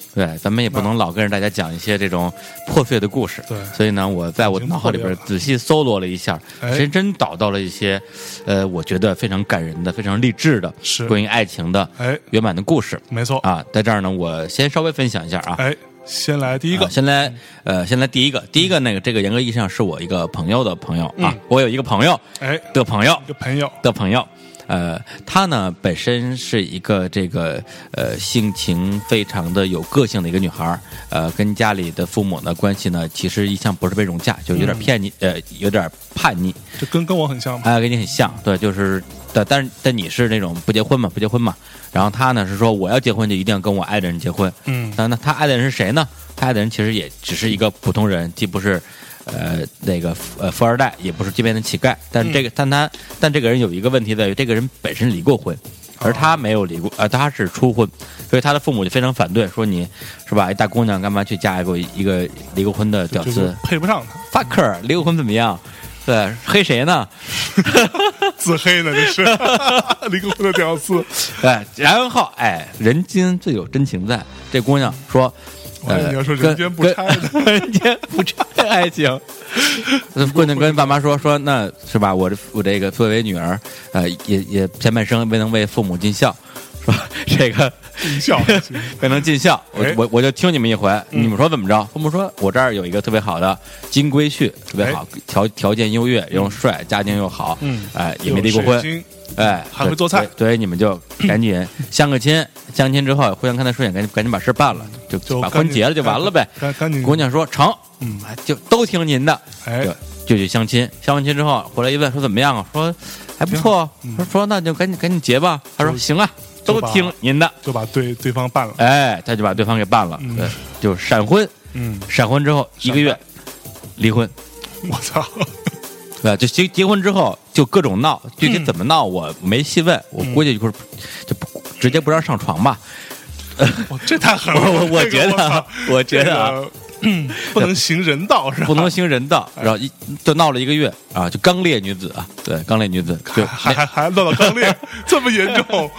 对，咱们也不能老跟着大家讲一些这种破碎的故事。 对， 所以呢，我在我脑海里边仔细搜罗了一下，真真找到了一些，呃，我觉得非常感人的、非常励志的， 是关于爱情的， 哎， 圆满的故事。 没错啊，在这儿呢，我先稍微分享一下啊。 哎，先来第一个， 啊、先来呃，先来第一个，第一个那个，这个严格意义上是我一个朋友的朋友啊， 嗯、 我有一个朋友， 哎的朋友， 一个朋友的朋友。呃，她呢本身是一个这个呃性情非常的有个性的一个女孩，呃，跟家里的父母呢关系呢其实一向不是被融洽，就有点骗你，嗯、呃，有点叛逆， 就跟跟我很像嘛， 哎、呃，跟你很像，对，就是但但是但你是那种不结婚嘛，不结婚嘛，然后她呢是说我要结婚就一定要跟我爱的人结婚， 嗯， 那那她爱的人是谁呢？她爱的人其实也只是一个普通人，既不是。呃，那个呃，富二代也不是街边的乞丐，但这个，嗯、但他，但这个人有一个问题在于，这个人本身离过婚，而他没有离过，呃，他是初婚，所以他的父母就非常反对，说你是吧，一大姑娘干嘛去嫁一个一个离过婚的屌丝， 配不上他 ，fucker， 离过婚怎么样？对，黑谁呢？ 自黑呢，这是离过婚的屌丝。 哎，然后哎，人间自有真情在，这姑娘说。 呃，你要说人间不拆的， 人间不拆爱情。姑娘跟爸妈说说，那是吧？我这我这个作为女儿，呃，也也前半生未能为父母尽孝，说这个尽孝未能尽孝，我我我就听你们一回，你们说怎么着？父母说我这儿有一个特别好的金龟婿，特别好，条条件优越，又帅，家境又好，嗯，哎，也没离过婚。哎， 还会做菜， 所以你们就赶紧相个亲，相亲之后互相看他顺眼，赶紧赶紧把事办了，就就把婚结了就完了呗。 赶紧， 姑娘说成， 嗯， 就都听您的， 哎， 就就去相亲。相完亲之后回来一问，说怎么样啊？说还不错，说说那就赶紧赶紧结吧。他说行啊，都听您的， 就把对对方办了。 哎，他就把对方给办了，对，就闪婚， 嗯， 闪婚之后一个月离婚。 我操！ 对，就结结婚之后就各种闹，具体怎么闹我没细问，我估计就是就不直接不让上床吧。 哇，这太狠了！ 我我觉得，我觉得啊， 不能行人道是吧？ 不能行人道，然后一就闹了一个月啊，就刚烈女子啊，对，刚烈女子，就还还还闹到刚烈，这么严重。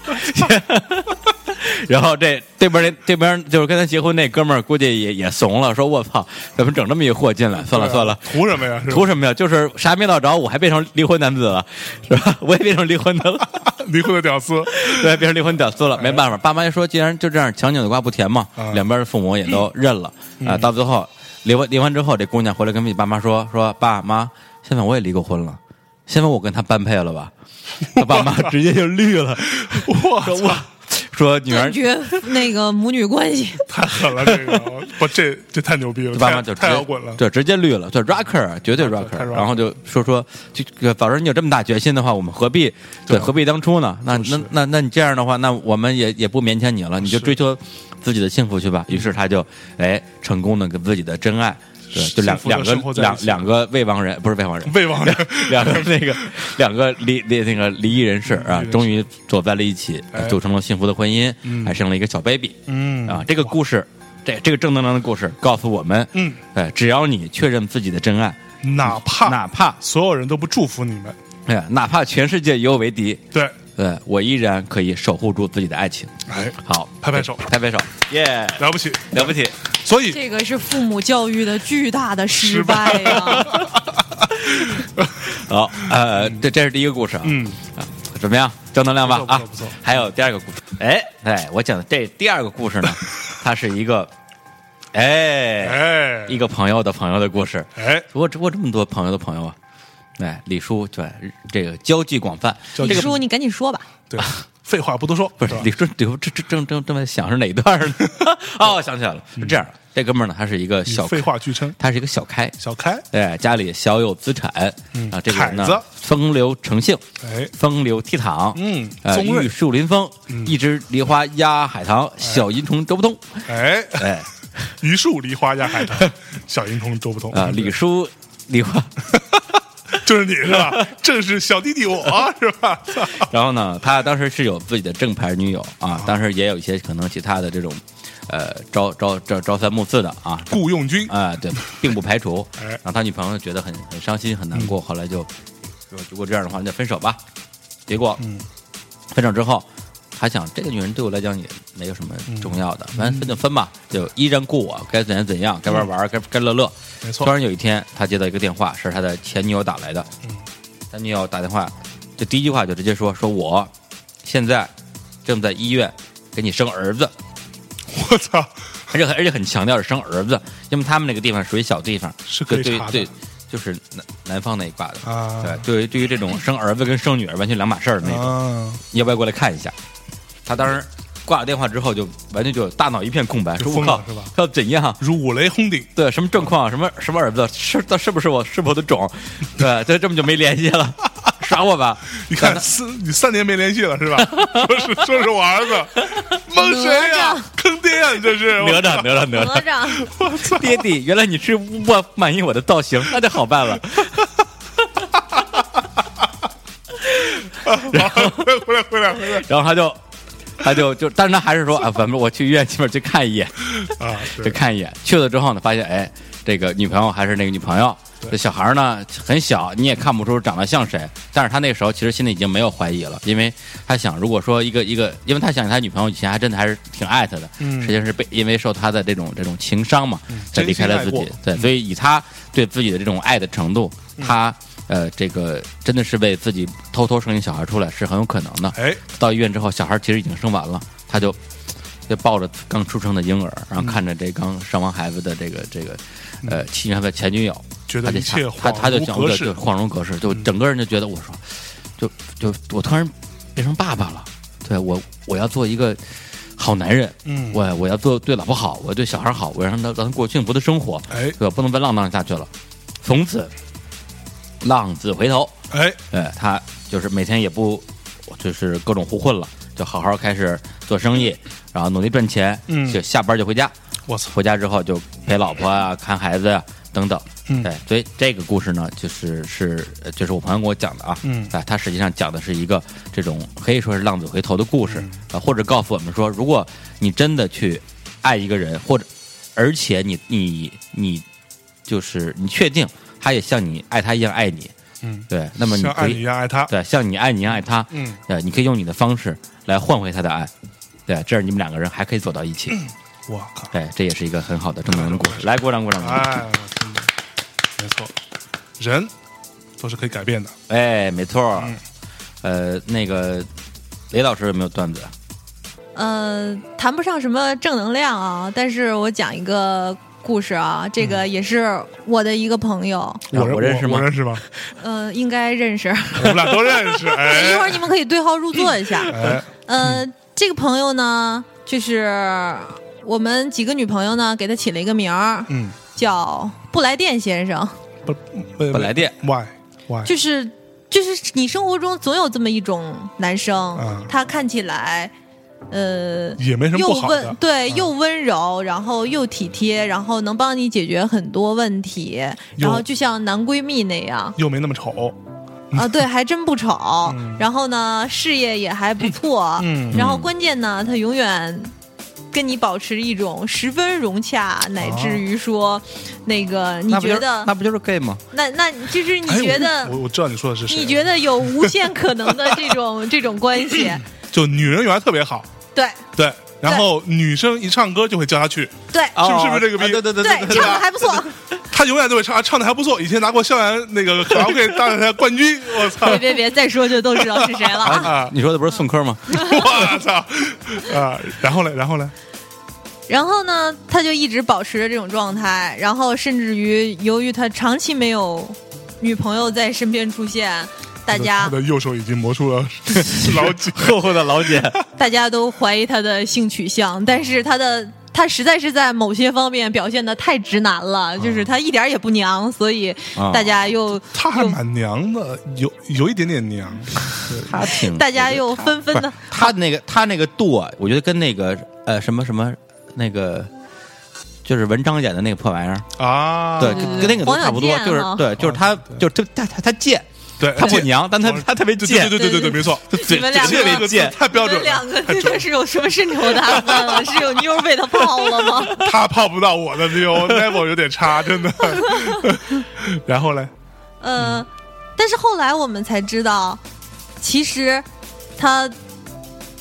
然后这这边那这边就是跟他结婚那哥们儿，估计也也怂了，说我操，怎么整这么一货进来？算了算了， 图什么呀？ 图什么呀？就是啥没闹着，我还变成离婚男子了，是吧？我也变成离婚的了， 离婚的屌丝， 对，变成离婚屌丝了，没办法。爸妈就说，既然就这样，强扭的瓜不甜嘛，两边的父母也都认了啊。到最后离婚离婚之后，这姑娘回来跟自己爸妈说，说爸妈，现在我也离过婚了，现在我跟他般配了吧？他爸妈直接就绿了， 我操！ 说女儿绝那个母女关系太狠了，这个不这这太牛逼了， 爸妈就太摇滚了， 对，直接绿了，就 rocker 绝对 rocker，然后就说说，就早知你有这么大决心的话，我们何必对何必当初呢？那那那那你这样的话，那我们也也不勉强你了，你就追求自己的幸福去吧。于是他就哎成功的跟自己的真爱。对，就两两个两两个未亡人，不是未亡人， 未亡人， 两个那个两个离离那个离异人士啊，终于走在了一起，组成了幸福的婚姻，还生了一个小 baby。 嗯啊，这个故事，这这个正能量的故事，告诉我们， 嗯， 哎，只要你确认自己的真爱， 哪怕哪怕所有人都不祝福你们， 哎，哪怕全世界以我为敌， 对。 对，我依然可以守护住自己的爱情。 哎， 好， 拍拍手， 拍拍手，耶、 yeah ，了不起， 了不起。 所以这个是父母教育的巨大的失败呀。 好，呃，这这是第一个故事啊， 嗯， 啊，怎么样？正能量吧啊！ 不错， 还有第二个故事，哎哎，我讲的这第二个故事呢，它是一个，哎哎， 一个朋友的朋友的故事。 哎， 我我这么多朋友的朋友啊。哎，李叔对这个交际广泛， 李叔你赶紧说吧。 对，废话不多说， 不是李叔，李叔这这正正正在想是哪一段呢？哦，想起来了，是这样，这哥们儿呢，他是一个小废话剧称， 他是一个小开， 小开， 哎，家里小有资产，啊，这个人呢，风流成性， 哎， 风流倜傥， 嗯， 呃，玉树临风，一枝梨花压海棠，小银虫周不通， 哎哎， 榆树梨花压海棠，小银虫周不通啊，李叔梨花。 就是你是吧？正是小弟弟我是吧？ 然后呢，他当时是有自己的正牌女友啊，当时也有一些可能其他的这种，呃，朝朝朝朝三暮四的啊， 雇佣军啊，对，并不排除。 哎， 然后他女朋友觉得很很伤心很难过，后来就说如果这样的话，那就分手吧。结果， 嗯， 分手之后， 他想这个女人对我来讲也没有什么重要的，反正分就分吧，就依然顾我，该怎样怎样，该玩玩，该该乐乐。 没错。 突然有一天，他接到一个电话，是他的前女友打来的。 嗯， 他女友打电话，就第一句话就直接说：“说我现在正在医院给你生儿子。” 我操！ 而且而且很强调是生儿子，因为他们那个地方属于小地方， 是可以查的。 对对，就是南南方那一挂的啊。 对，对于对于这种生儿子跟生女儿完全两码事儿的那种，啊、你要不要过来看一下？他当时挂了电话之后，就完全就大脑一片空白，说：“我靠， 是吧？ 要怎样？ 如五雷轰顶， 对，什么状况？什么什么儿子？是他是不是我是否的种？对，这这么就没联系了。”耍我吧！ 你看，四你三年没联系了是吧？说是说是我儿子，蒙谁呀？坑爹呀！这是哪吒哪吒哪吒！ 吒我操！爹地，原来你是不满意我的造型，那就好办了。 然后回来回来回来， 然后他就他就就，但是他还是说啊，反正我去医院起码去看一眼啊， 去看一眼。去了之后呢，发现哎，这个女朋友还是那个女朋友。这小孩呢很小，你也看不出长得像谁，但是他那个时候其实心里已经没有怀疑了，因为他想，如果说一个一个，因为他想他女朋友以前还真的还是挺爱他的，嗯，实际上是被因为受他的这种这种情伤嘛，才离开了自己，对，所以以他对自己的这种爱的程度，他呃这个真的是为自己偷偷生一小孩出来是很有可能的。 哎， 到医院之后，小孩其实已经生完了，他就就抱着刚出生的婴儿，然后看着这刚生完孩子的这个这个呃其实他的前女友。 觉得一切他他就想对就恍如隔世，就整个人就觉得我说，就就我突然变成爸爸了，对我我要做一个好男人，嗯，我我要做对老婆好，我对小孩好，我要让他让他过幸福的生活， 哎， 对吧？不能再浪荡下去了。从此浪子回头， 哎， 哎，他就是每天也不就是各种胡混了，就好好开始做生意，然后努力赚钱，嗯，就下班就回家， 我操， 回家之后就陪老婆啊，看孩子呀、啊。等等，嗯，对，所以这个故事呢，就是是就是我朋友跟我讲的啊，嗯，哎，他实际上讲的是一个这种可以说是浪子回头的故事，啊、嗯，或者告诉我们说，如果你真的去爱一个人，或者而且你你你就是你确定他也像你爱他一样爱你，嗯，对，那么你可以像爱你一样爱他， 对，像你爱你一样爱他，嗯，对，你可以用你的方式来换回他的爱，对，这样你们两个人还可以走到一起。嗯我靠！ 对，这也是一个很好的正能量的故事。来，鼓掌鼓掌！ 哎，没错，人都是可以改变的。 哎，没错。嗯、呃，那个雷老师有没有段子？ 呃，谈不上什么正能量啊，但是我讲一个故事啊，这个也是我的一个朋友。 我、嗯、 我认识吗？ 我认识吗？ 呃，应该认识。 我们俩都认识。哎， 一会儿你们可以对号入座一下。 哎， 呃，嗯、这个朋友呢，就是我们几个女朋友呢，给他起了一个名儿，嗯，叫不来电先生。 不不来电 ，why why？ 就是就是你生活中总有这么一种男生， 嗯、 他看起来。呃， 也没什么不好的， 又温对、 嗯， 又温柔，然后又体贴，然后能帮你解决很多问题，然后就像男闺蜜那样， 又没那么丑啊，对，还真不丑、嗯。然后呢，事业也还不错，嗯，然后关键呢，他永远跟你保持一种十分融洽，哦、乃至于说，那个你觉得那不就是 gay 吗？ 那那就是你觉得， 哎、我我知道你说的是谁， 你觉得有无限可能的这种这种关系， 就女人缘特别好。 对对，然后女生一唱歌就会叫他去， 对， 是是不是这个逼？ 对对对对，唱的还不错。 他永远都会唱，唱的还不错。以前拿过校园那个卡拉 OK 当年冠军，我操！ 别别别，再说就都知道是谁了啊！ 你说的不是宋柯吗？ 我操！啊，然后呢？然后呢？ 然后呢？他就一直保持着这种状态，然后甚至于由于他长期没有女朋友在身边出现。大家他的右手已经磨出了老茧， 厚厚的老茧。 大家都怀疑他的性取向，但是他的他实在是在某些方面表现的太直男了，嗯、就是他一点也不娘，所以大家又、 嗯、他还蛮娘的，有有一点点娘。 他挺大家又纷纷的， 他那个他那个度啊，我觉得跟那个呃什么什么那个。就是文章演的那个破玩意儿啊， 对，跟跟那个都差不多，就是对，就是他，就是他他他他贱。 对， 他不娘，但他他特别贱， 对对对对对，没错， 你们两个贱，太标准了。 两个真的是有什么深仇大恨了？是有妞被他泡了吗？ 他泡不到我的妞 ，level 有点差，真的。然后嘞， 呃，但是后来我们才知道，其实他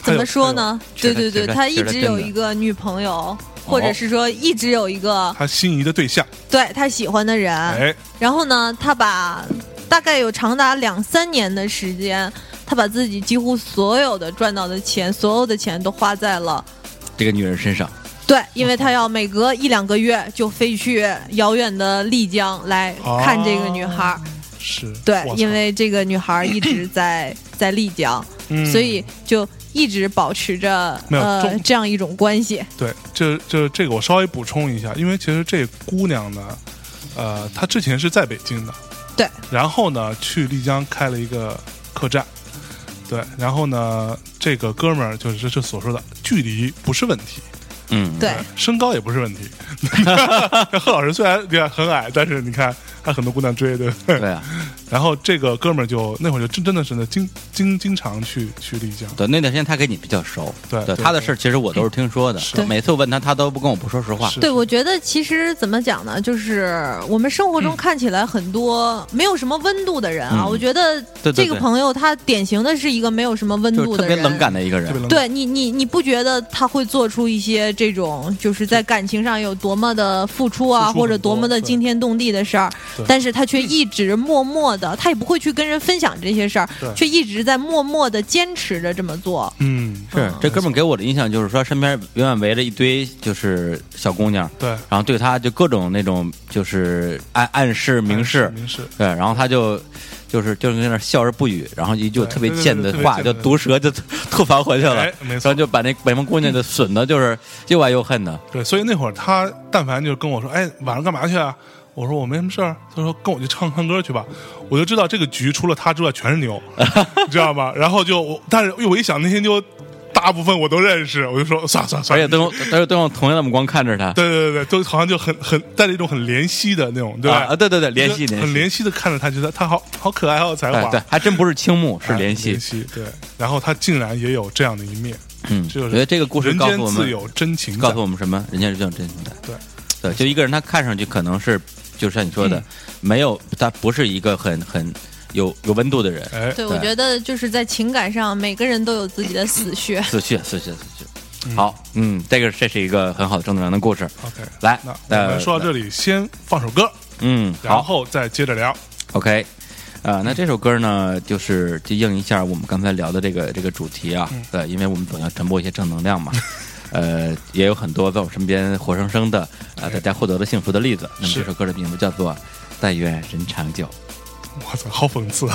怎么说呢？对对对，他一直有一个个女朋友，或者是说一直有一个他心仪的对象， 对他喜欢的人。 哎， 然后呢，他把大概有长达两三年的时间，他把自己几乎所有的赚到的钱，所有的钱都花在了这个女人身上。 对，因为他要每隔一两个月就飞去遥远的丽江来看这个女孩。哦、 是， 对，因为这个女孩一直在在丽江、嗯，所以就一直保持着呃这样一种关系。 对，这这这个我稍微补充一下，因为其实这姑娘呢，呃，她之前是在北京的， 对， 然后呢去丽江开了一个客栈，对，然后呢这个哥们儿就是这所说的距离不是问题。 嗯， 对， 身高也不是问题。贺老师虽然很矮，但是你看他很多姑娘追的。 对啊。 然后这个哥们儿就那会儿就真真的是呢，经经经常去去丽江。 对，那段时间他跟你比较熟。 对， 对他的事其实我都是听说的。 对， 每次我问他，他都不跟我不说实话。 对，我觉得其实怎么讲呢，就是我们生活中看起来很多没有什么温度的人啊， 嗯、 我觉得这个朋友他典型的是一个没有什么温度的人， 特别冷感的一个人。 对你，你你不觉得他会做出一些这种就是在感情上有多么的付出啊，或者多么的惊天动地的事儿，但是他却一直默默的，他也不会去跟人分享这些事儿，却一直在默默的坚持着这么做。 嗯， 是、嗯、这哥们给我的印象就是说，身边永远围着一堆就是小姑娘， 对， 然后对他就各种那种就是暗暗示明示， 明示， 对，然后他就。就是就是在那笑而不语，然后一句特别贱的话就毒舌就吐槽回去了， 哎、没错， 然后就把那北方姑娘就损的，就是又爱又恨的。 对，所以那会儿他但凡就跟我说：“哎，晚上干嘛去啊？”我说：“我没什么事儿。”他说：“跟我去唱唱歌去吧。”我就知道这个局除了他之外全是牛，你知道吗？然后就，但是我一想那天就。大部分我都认识，我就说算了算了算了， 而且都都都用同样的目光看着他。 对对对对，都好像就很很带着一种很怜惜的那种，对吧？ 啊，对对对，怜惜很怜惜的看着他，觉得他好好可爱，好有才华。 对，还真不是倾慕，是怜惜。 怜惜，对。然后他竟然也有这样的一面， 嗯， 就是我觉得这个故事告诉我们， 人间自有真情， 告诉我们什么？人间自有真情在。 对对，就一个人，他看上去可能是，就像你说的，没有，他不是一个很很。有有温度的人， 哎， 对，我觉得就是在情感上，每个人都有自己的死穴， 死穴，死穴，死穴。嗯好，嗯，这个这是一个很好的正能量的故事。 OK， 来， 那我们说到这里，先放首歌， 嗯， 然后再接着聊。 OK，啊，那这首歌呢，就是就应一下我们刚才聊的这个这个主题啊， 嗯、 对，因为我们总要传播一些正能量嘛。呃，也有很多在我身边活生生的啊，大家获得了幸福的例子。那么这首歌的名字叫做《但愿人长久》。 我操，好讽刺啊！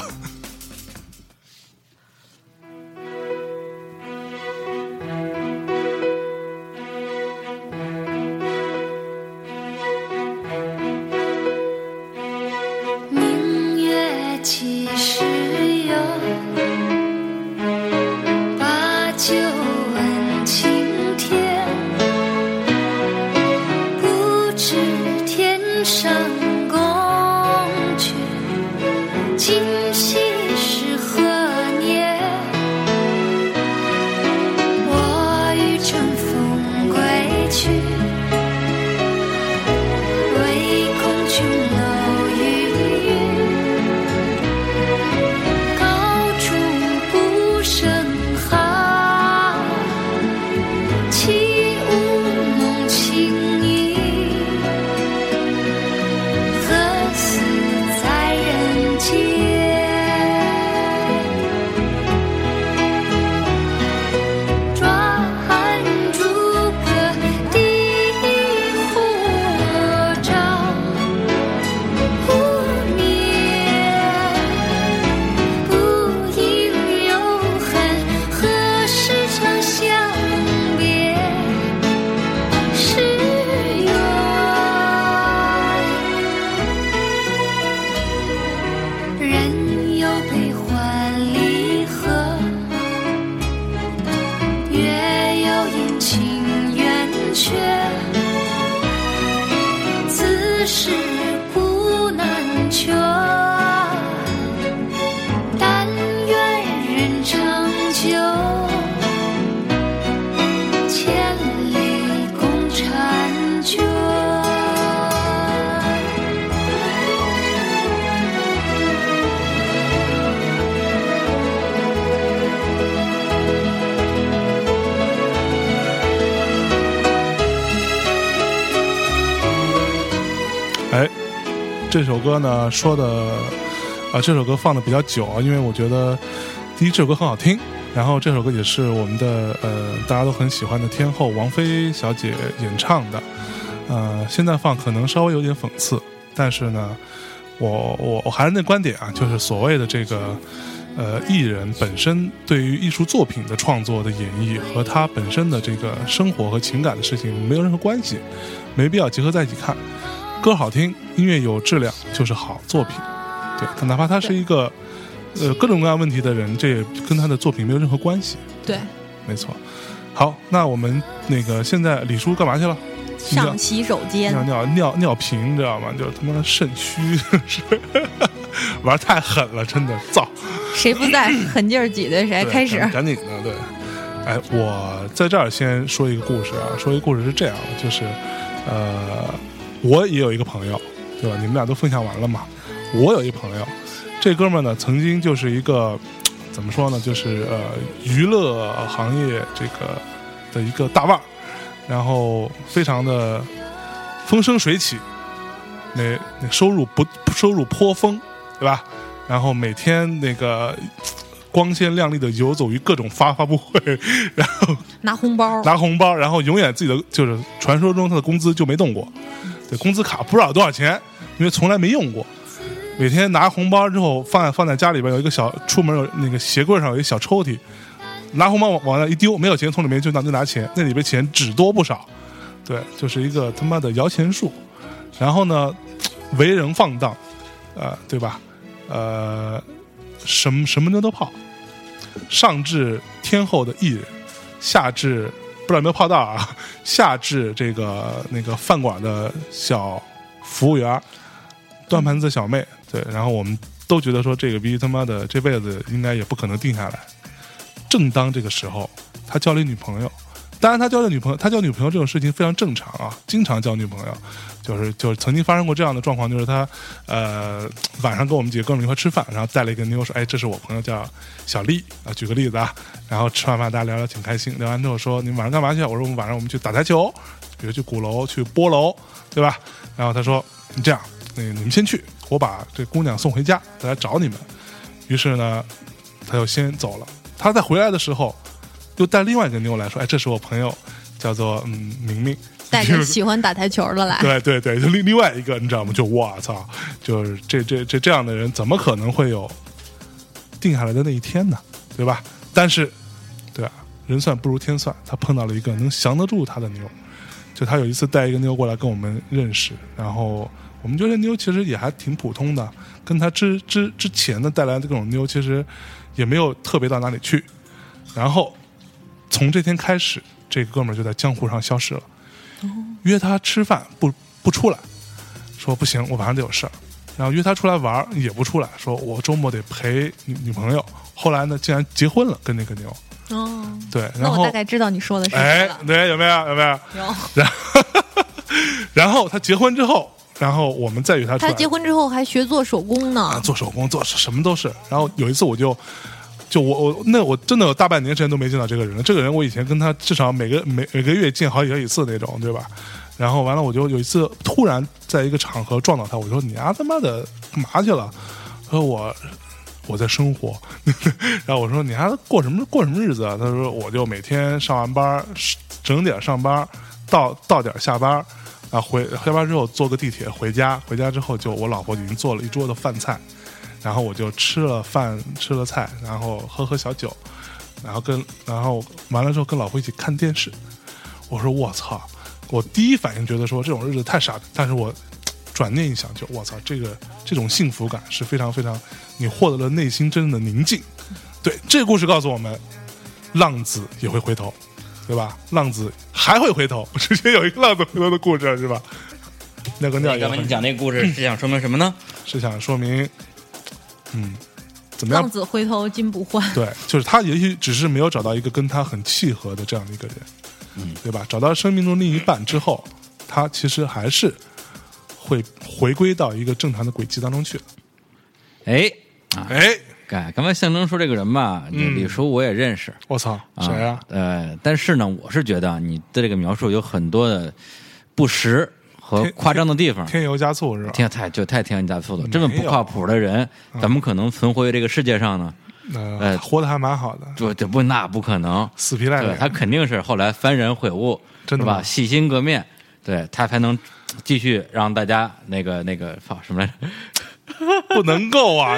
明月几时有？把酒问青天。不知天上宫阙。今夕是何年？我欲乘风归去，唯恐琼楼玉宇， 这首歌呢说的啊、呃，这首歌放的比较久啊，因为我觉得第一这首歌很好听，然后这首歌也是我们的呃大家都很喜欢的天后王菲小姐演唱的，呃，现在放可能稍微有点讽刺，但是呢，我我我还是那观点啊，就是所谓的这个呃艺人本身对于艺术作品的创作的演绎和他本身的这个生活和情感的事情没有任何关系，没必要结合在一起看。歌好听，音乐有质量就是好作品，对，他哪怕他是一个呃各种各样问题的人，这也跟他的作品没有任何关系。 对， 没错。好，那我们那个现在李叔干嘛去了？ 上洗手间， 尿尿尿尿频，你知道吗？就是他妈的肾虚，是玩太狠了，真的造。 谁不在狠劲儿挤兑谁？开始， 赶紧的，对。哎，我在这儿先说一个故事啊，说一个故事是这样的，就是呃，我也有一个朋友，对吧？你们俩都分享完了嘛？我有一朋友，这哥们儿呢，曾经就是一个怎么说呢，就是呃，娱乐行业这个的一个大腕儿。然后非常的风生水起，那那收入不收入颇丰，对吧？然后每天那个光鲜亮丽的游走于各种发发布会，然后拿红包拿红包，然后永远自己的就是传说中他的工资就没动过，对，工资卡不知道有多少钱，因为从来没用过。每天拿红包之后放在放在家里边有一个小，出门有那个鞋柜上有一个小抽屉。拿红包往往那一丢，没有钱从里面就拿就拿钱，那里边钱只多不少，对，就是一个他妈的摇钱树。然后呢，为人放荡，呃，对吧？呃，什么什么妞都泡，上至天后的艺人，下至不知道有没有泡到啊，下至这个那个饭馆的小服务员、端盘子小妹，对，然后我们都觉得说这个逼他妈的这辈子应该也不可能定下来。正当这个时候，他交了一女朋友。当然，他交了女朋友，他交女朋友这种事情非常正常啊，经常交女朋友。就是就是曾经发生过这样的状况，就是他呃晚上跟我们几个哥们一块吃饭，然后带了一个妞说：“哎，这是我朋友叫小丽啊。”举个例子啊，然后吃完饭大家聊聊挺开心，聊完之后说：“你们晚上干嘛去？”我说：“我们晚上我们去打台球，比如去鼓楼、去波楼，对吧？”然后他说：“你这样，那你们先去，我把这姑娘送回家，再来找你们。”于是呢，他就先走了。他在回来的时候，又带另外一个妞来说：“哎，这是我朋友，叫做嗯明明， 带着喜欢打台球的来。” 对对对，就另另外一个，你知道吗？就我操，就是这这这这样的人，怎么可能会有定下来的那一天呢？对吧？但是，对吧？人算不如天算，他碰到了一个能降得住他的妞。就他有一次带一个妞过来跟我们认识，然后我们觉得妞其实也还挺普通的，跟他之之之前的带来的这种妞其实也没有特别到哪里去。然后从这天开始，这个哥们儿就在江湖上消失了。约他吃饭不不出来，说不行，我晚上得有事儿。然后约他出来玩也不出来，说我周末得陪女女朋友。后来呢，竟然结婚了，跟那个妞。 哦， 对，然那后我大概知道你说的是谁了。 哎，对，有没有？有没有？ 有。 然后，然后他结婚之后，然后我们再约他出来。 他结婚之后还学做手工呢， 啊、做手工，做什么都是。然后有一次我就。就我我那我真的有大半年时间都没见到这个人了。这个人我以前跟他至少每个每每个月见好几好几次那种，对吧？然后完了我就有一次突然在一个场合撞到他，我说你啊他妈的干嘛去了？他说我我在生活。然后我说你还过什么过什么日子啊？他说我就每天上完班整点上班，到到点下班啊，回下班之后坐个地铁回家，回家之后就我老婆已经做了一桌的饭菜。然后我就吃了饭，吃了菜，然后喝喝小酒，然后跟然后完了之后跟老婆一起看电视。我说我操！我第一反应觉得说这种日子太傻，但是我转念一想就，就我操，这个这种幸福感是非常非常，你获得了内心真正的宁静。对，这个故事告诉我们，浪子也会回头，对吧？浪子还会回头。之前有一个浪子回头的故事，是吧？那个那刚才你讲那个故事是想说明什么呢？ 是想说明。嗯，怎么样？ 浪子回头金不换。 对，就是他也许只是没有找到一个跟他很契合的这样的一个人，嗯，对吧？找到生命中另一半之后，他其实还是会回归到一个正常的轨迹当中去的。 哎， 哎， 哎，刚才象征说这个人吧，嗯、李叔我也认识。 我操，谁啊？ 呃，但是呢，我是觉得你的这个描述有很多的不实。 和夸张的地方， 添油加醋是吧？ 添太就太添油加醋了。这么不靠谱的人，怎么可能存活于这个世界上呢？ 呃，活得还蛮好的， 这这不那不可能， 死皮赖脸。 他肯定是后来幡然悔悟， 真的是吧？洗心革面，对他才能继续让大家那个那个放什么来着？ 不能够啊！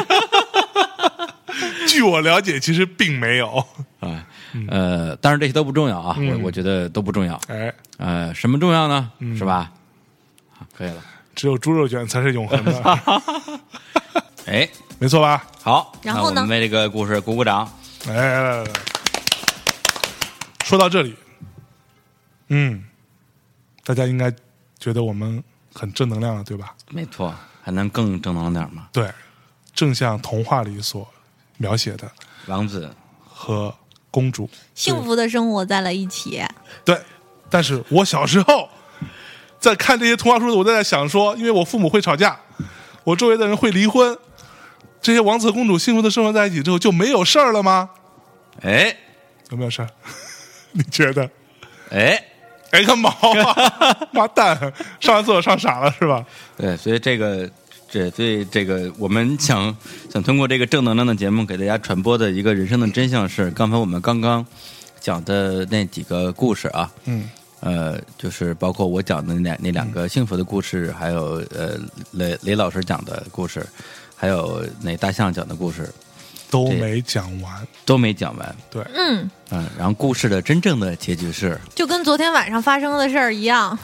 据我了解，其实并没有啊。呃，当然这些都不重要啊， 嗯、 我我觉得都不重要。 哎， 呃，什么重要呢？ 嗯、 是吧？可以了， 只有猪肉卷才是永恒的。 哎， 没错吧？ 好， 然后呢？ 那我们为这个故事鼓鼓掌。 哎，来来来，说到这里，嗯，大家应该觉得我们很正能量了，对吧？ 没错，还能更正能量吗？ 对，正像童话里所描写的王子和公主幸福的生活在了一起。 对，但是我小时候在看这些童话书的，我在想说，因为我父母会吵架，我周围的人会离婚，这些王子和公主幸福的生活在一起之后就没有事儿了吗？ 哎， 有没有事儿？你觉得？ 哎， 哎个毛啊！妈蛋，上完厕所上傻了是吧？ 对，所以这个。这所以这个我们想想通过这个正能量的节目给大家传播的一个人生的真相是，刚才我们刚刚讲的那几个故事啊， 嗯， 呃，就是包括我讲的那那两个幸福的故事，还有呃雷雷老师讲的故事，还有那大象讲的故事， 都没讲完， 都没讲完。 对， 嗯嗯，然后故事的真正的结局是， 就跟昨天晚上发生的事儿一样，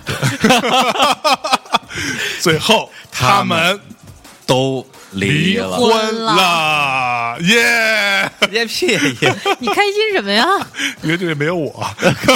最后他们。 都离了婚了，耶！ 耶屁耶！ 你开心什么呀？ 因为这里没有我。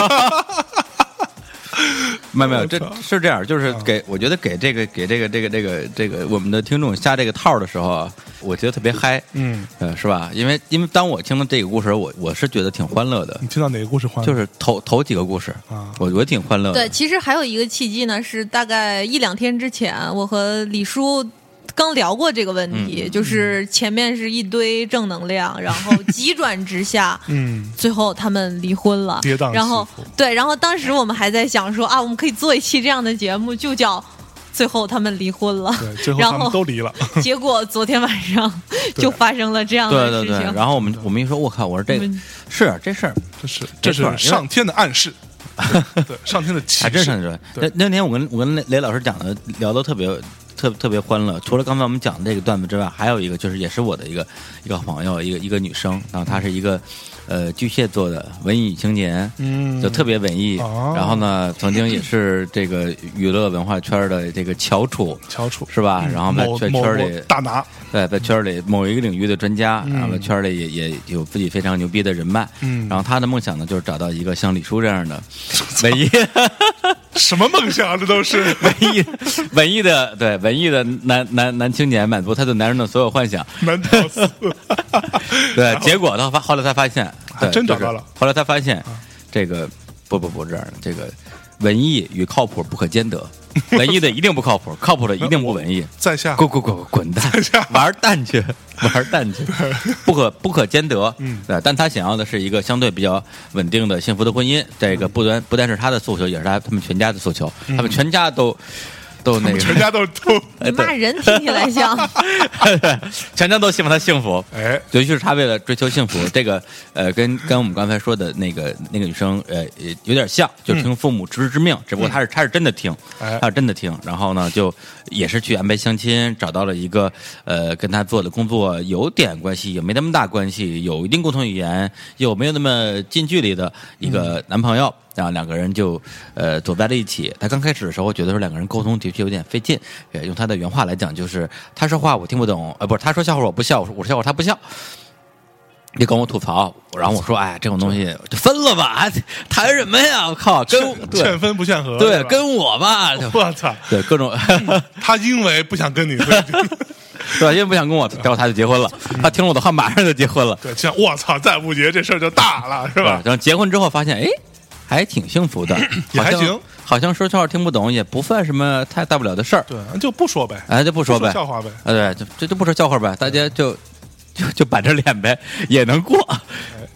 没有没有，这是这样，就是给我觉得给这个给这个这个这个这个我们的听众下这个套的时候啊，我觉得特别嗨， 嗯， 呃，是吧？因为因为当我听到这个故事，我我是觉得挺欢乐的。 你听到哪个故事欢乐？ 就是头头几个故事啊， 我觉得挺欢乐的。 对，其实还有一个契机呢，是大概一两天之前，我和李叔。刚聊过这个问题， 嗯、 就是前面是一堆正能量，然后急转直下， 嗯， 最后他们离婚了， 跌宕起伏。 然后对，然后当时我们还在想说啊，我们可以做一期这样的节目，就叫最后他们离婚了， 对，最后他们都离了。 结果昨天晚上就发生了这样的事情。 对对对，然后我们我们一说，我靠，我说这个是这事儿， 这是这是上天的暗示。对，上天的启示， 还真是。那那天我跟我跟雷雷老师讲的聊得特别特特别欢乐。除了刚才我们讲的这个段子之外，还有一个就是也是我的一个一个朋友，一个一个女生，然后她是一个呃巨蟹座的文艺女青年， 嗯， 就特别文艺。 哦、 然后呢，曾经也是这个娱乐文化圈的这个翘楚， 翘楚是吧？ 嗯、 然后在圈里大拿， 对，在圈里某一个领域的专家， 嗯、 然后在圈里也也有自己非常牛逼的人脉。 嗯， 然后他的梦想呢，就是找到一个像李叔这样的文艺。 什么梦想啊？这都是文艺文艺的对文艺的男男男青年，满足他对男人的所有幻想。 难道死？ 对，结果他发后来他发现， 还真找到了。 后来他发现，这个不不不这样的，这个文艺与靠谱不可兼得。文艺的一定不靠谱，靠谱的一定不文艺。 在下滚滚滚滚蛋，玩蛋去，玩蛋去，不可不可兼得。 嗯， 对，但他想要的是一个相对比较稳定的、幸福的婚姻。这个不单不单是他的诉求，也是他他们全家的诉求。 嗯、 他们全家都都那个， 全家都都。 你骂人听起来像， 全家都希望他幸福。 哎， 尤其是他为了追求幸福，这个呃，跟跟我们刚才说的那个那个女生呃有点像，就听父母之之命，只不过他是他是真的听，他是真的听。然后呢，就也是去安排相亲，找到了一个呃跟他做的工作有点关系，也没那么大关系，有一定共同语言，又没有那么近距离的一个男朋友。然后两个人就呃走在了一起。他刚开始的时候觉得说两个人沟通的确有点费劲，呃，用他的原话来讲就是他说话我听不懂，呃，不是他说笑话我不笑，我说我说笑话他不笑。你跟我吐槽，然后我说哎，这种东西就分了吧，谈什么呀？我靠，跟劝分不劝和， 对，跟我吧， 我操， 对各种。 他因为不想跟你， 对，因为不想跟我，然后他就结婚了。他听了我的话，马上就结婚了。 对，像我操，再不结这事儿就大了，是吧？ 然后结婚之后发现，哎。还挺幸福的， 也还行， 好像说笑话听不懂也不算什么太大不了的事儿， 对，就不说呗， 哎，就不说呗， 笑话呗， 啊，对，就这就不说笑话呗，大家就就就板着脸呗，也能过。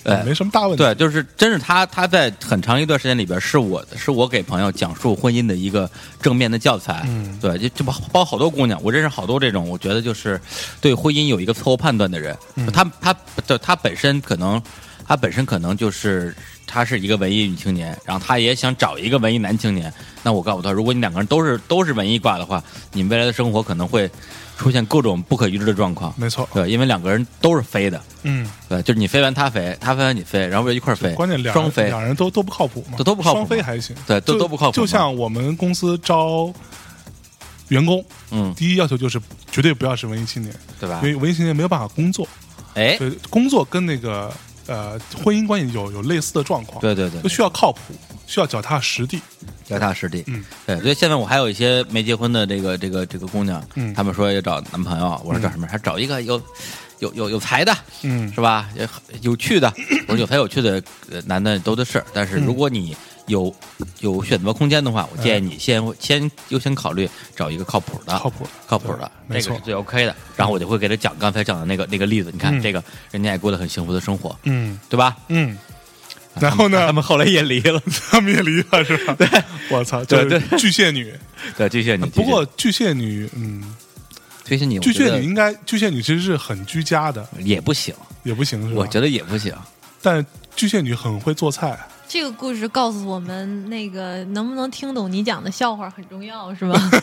哎没什么大问题。 对，就是真是他他在很长一段时间里边是我是我给朋友讲述婚姻的一个正面的教材。 嗯， 对，就就包包括好多姑娘，我认识好多这种，我觉得就是对婚姻有一个错误判断的人。 嗯、 他他就他本身可能他本身可能就是他是一个文艺女青年，然后他也想找一个文艺男青年。那我告诉他，如果你两个人都是都是文艺挂的话，你们未来的生活可能会出现各种不可预知的状况。 没错， 对，因为两个人都是飞的。 嗯， 对，就是你飞完他飞，他飞完你飞，然后一块飞， 关键两双飞， 两人都都不靠谱嘛， 都都不靠谱， 双飞还行， 对，都都不靠谱。 就像我们公司招员工， 嗯， 第一要求就是绝对不要是文艺青年， 对吧？ 因为文艺青年没有办法工作， 哎， 对，工作跟那个呃婚姻关系有有类似的状况， 对对对， 都需要靠谱，需要脚踏实地。 脚踏实地， 嗯， 对，所以现在我还有一些没结婚的这个这个这个姑娘， 嗯， 他们说要找男朋友，我说找什么？还找一个有有有有才的， 嗯， 是吧？有趣的，我说有才有趣的男的都的是，但是如果你有有选择空间的话，我建议你先先优先考虑找一个靠谱的， 靠谱靠谱的， 没错， 这个是最 OK 的。然后我就会给他讲刚才讲的那个那个例子，你看这个人家也过得很幸福的生活， 嗯， 对吧？ 嗯。然后呢？ 他们后来也离了， 他们也离了，是吧？ 对， 我操， 对对， 巨蟹女， 对巨蟹女。 不过巨蟹女，嗯， 巨蟹女， 巨蟹女应该，巨蟹女其实是很居家的， 也不行， 也不行，是吧？ 我觉得也不行。 但巨蟹女很会做菜。 这个故事告诉我们，那个能不能听懂你讲的笑话很重要，是吧？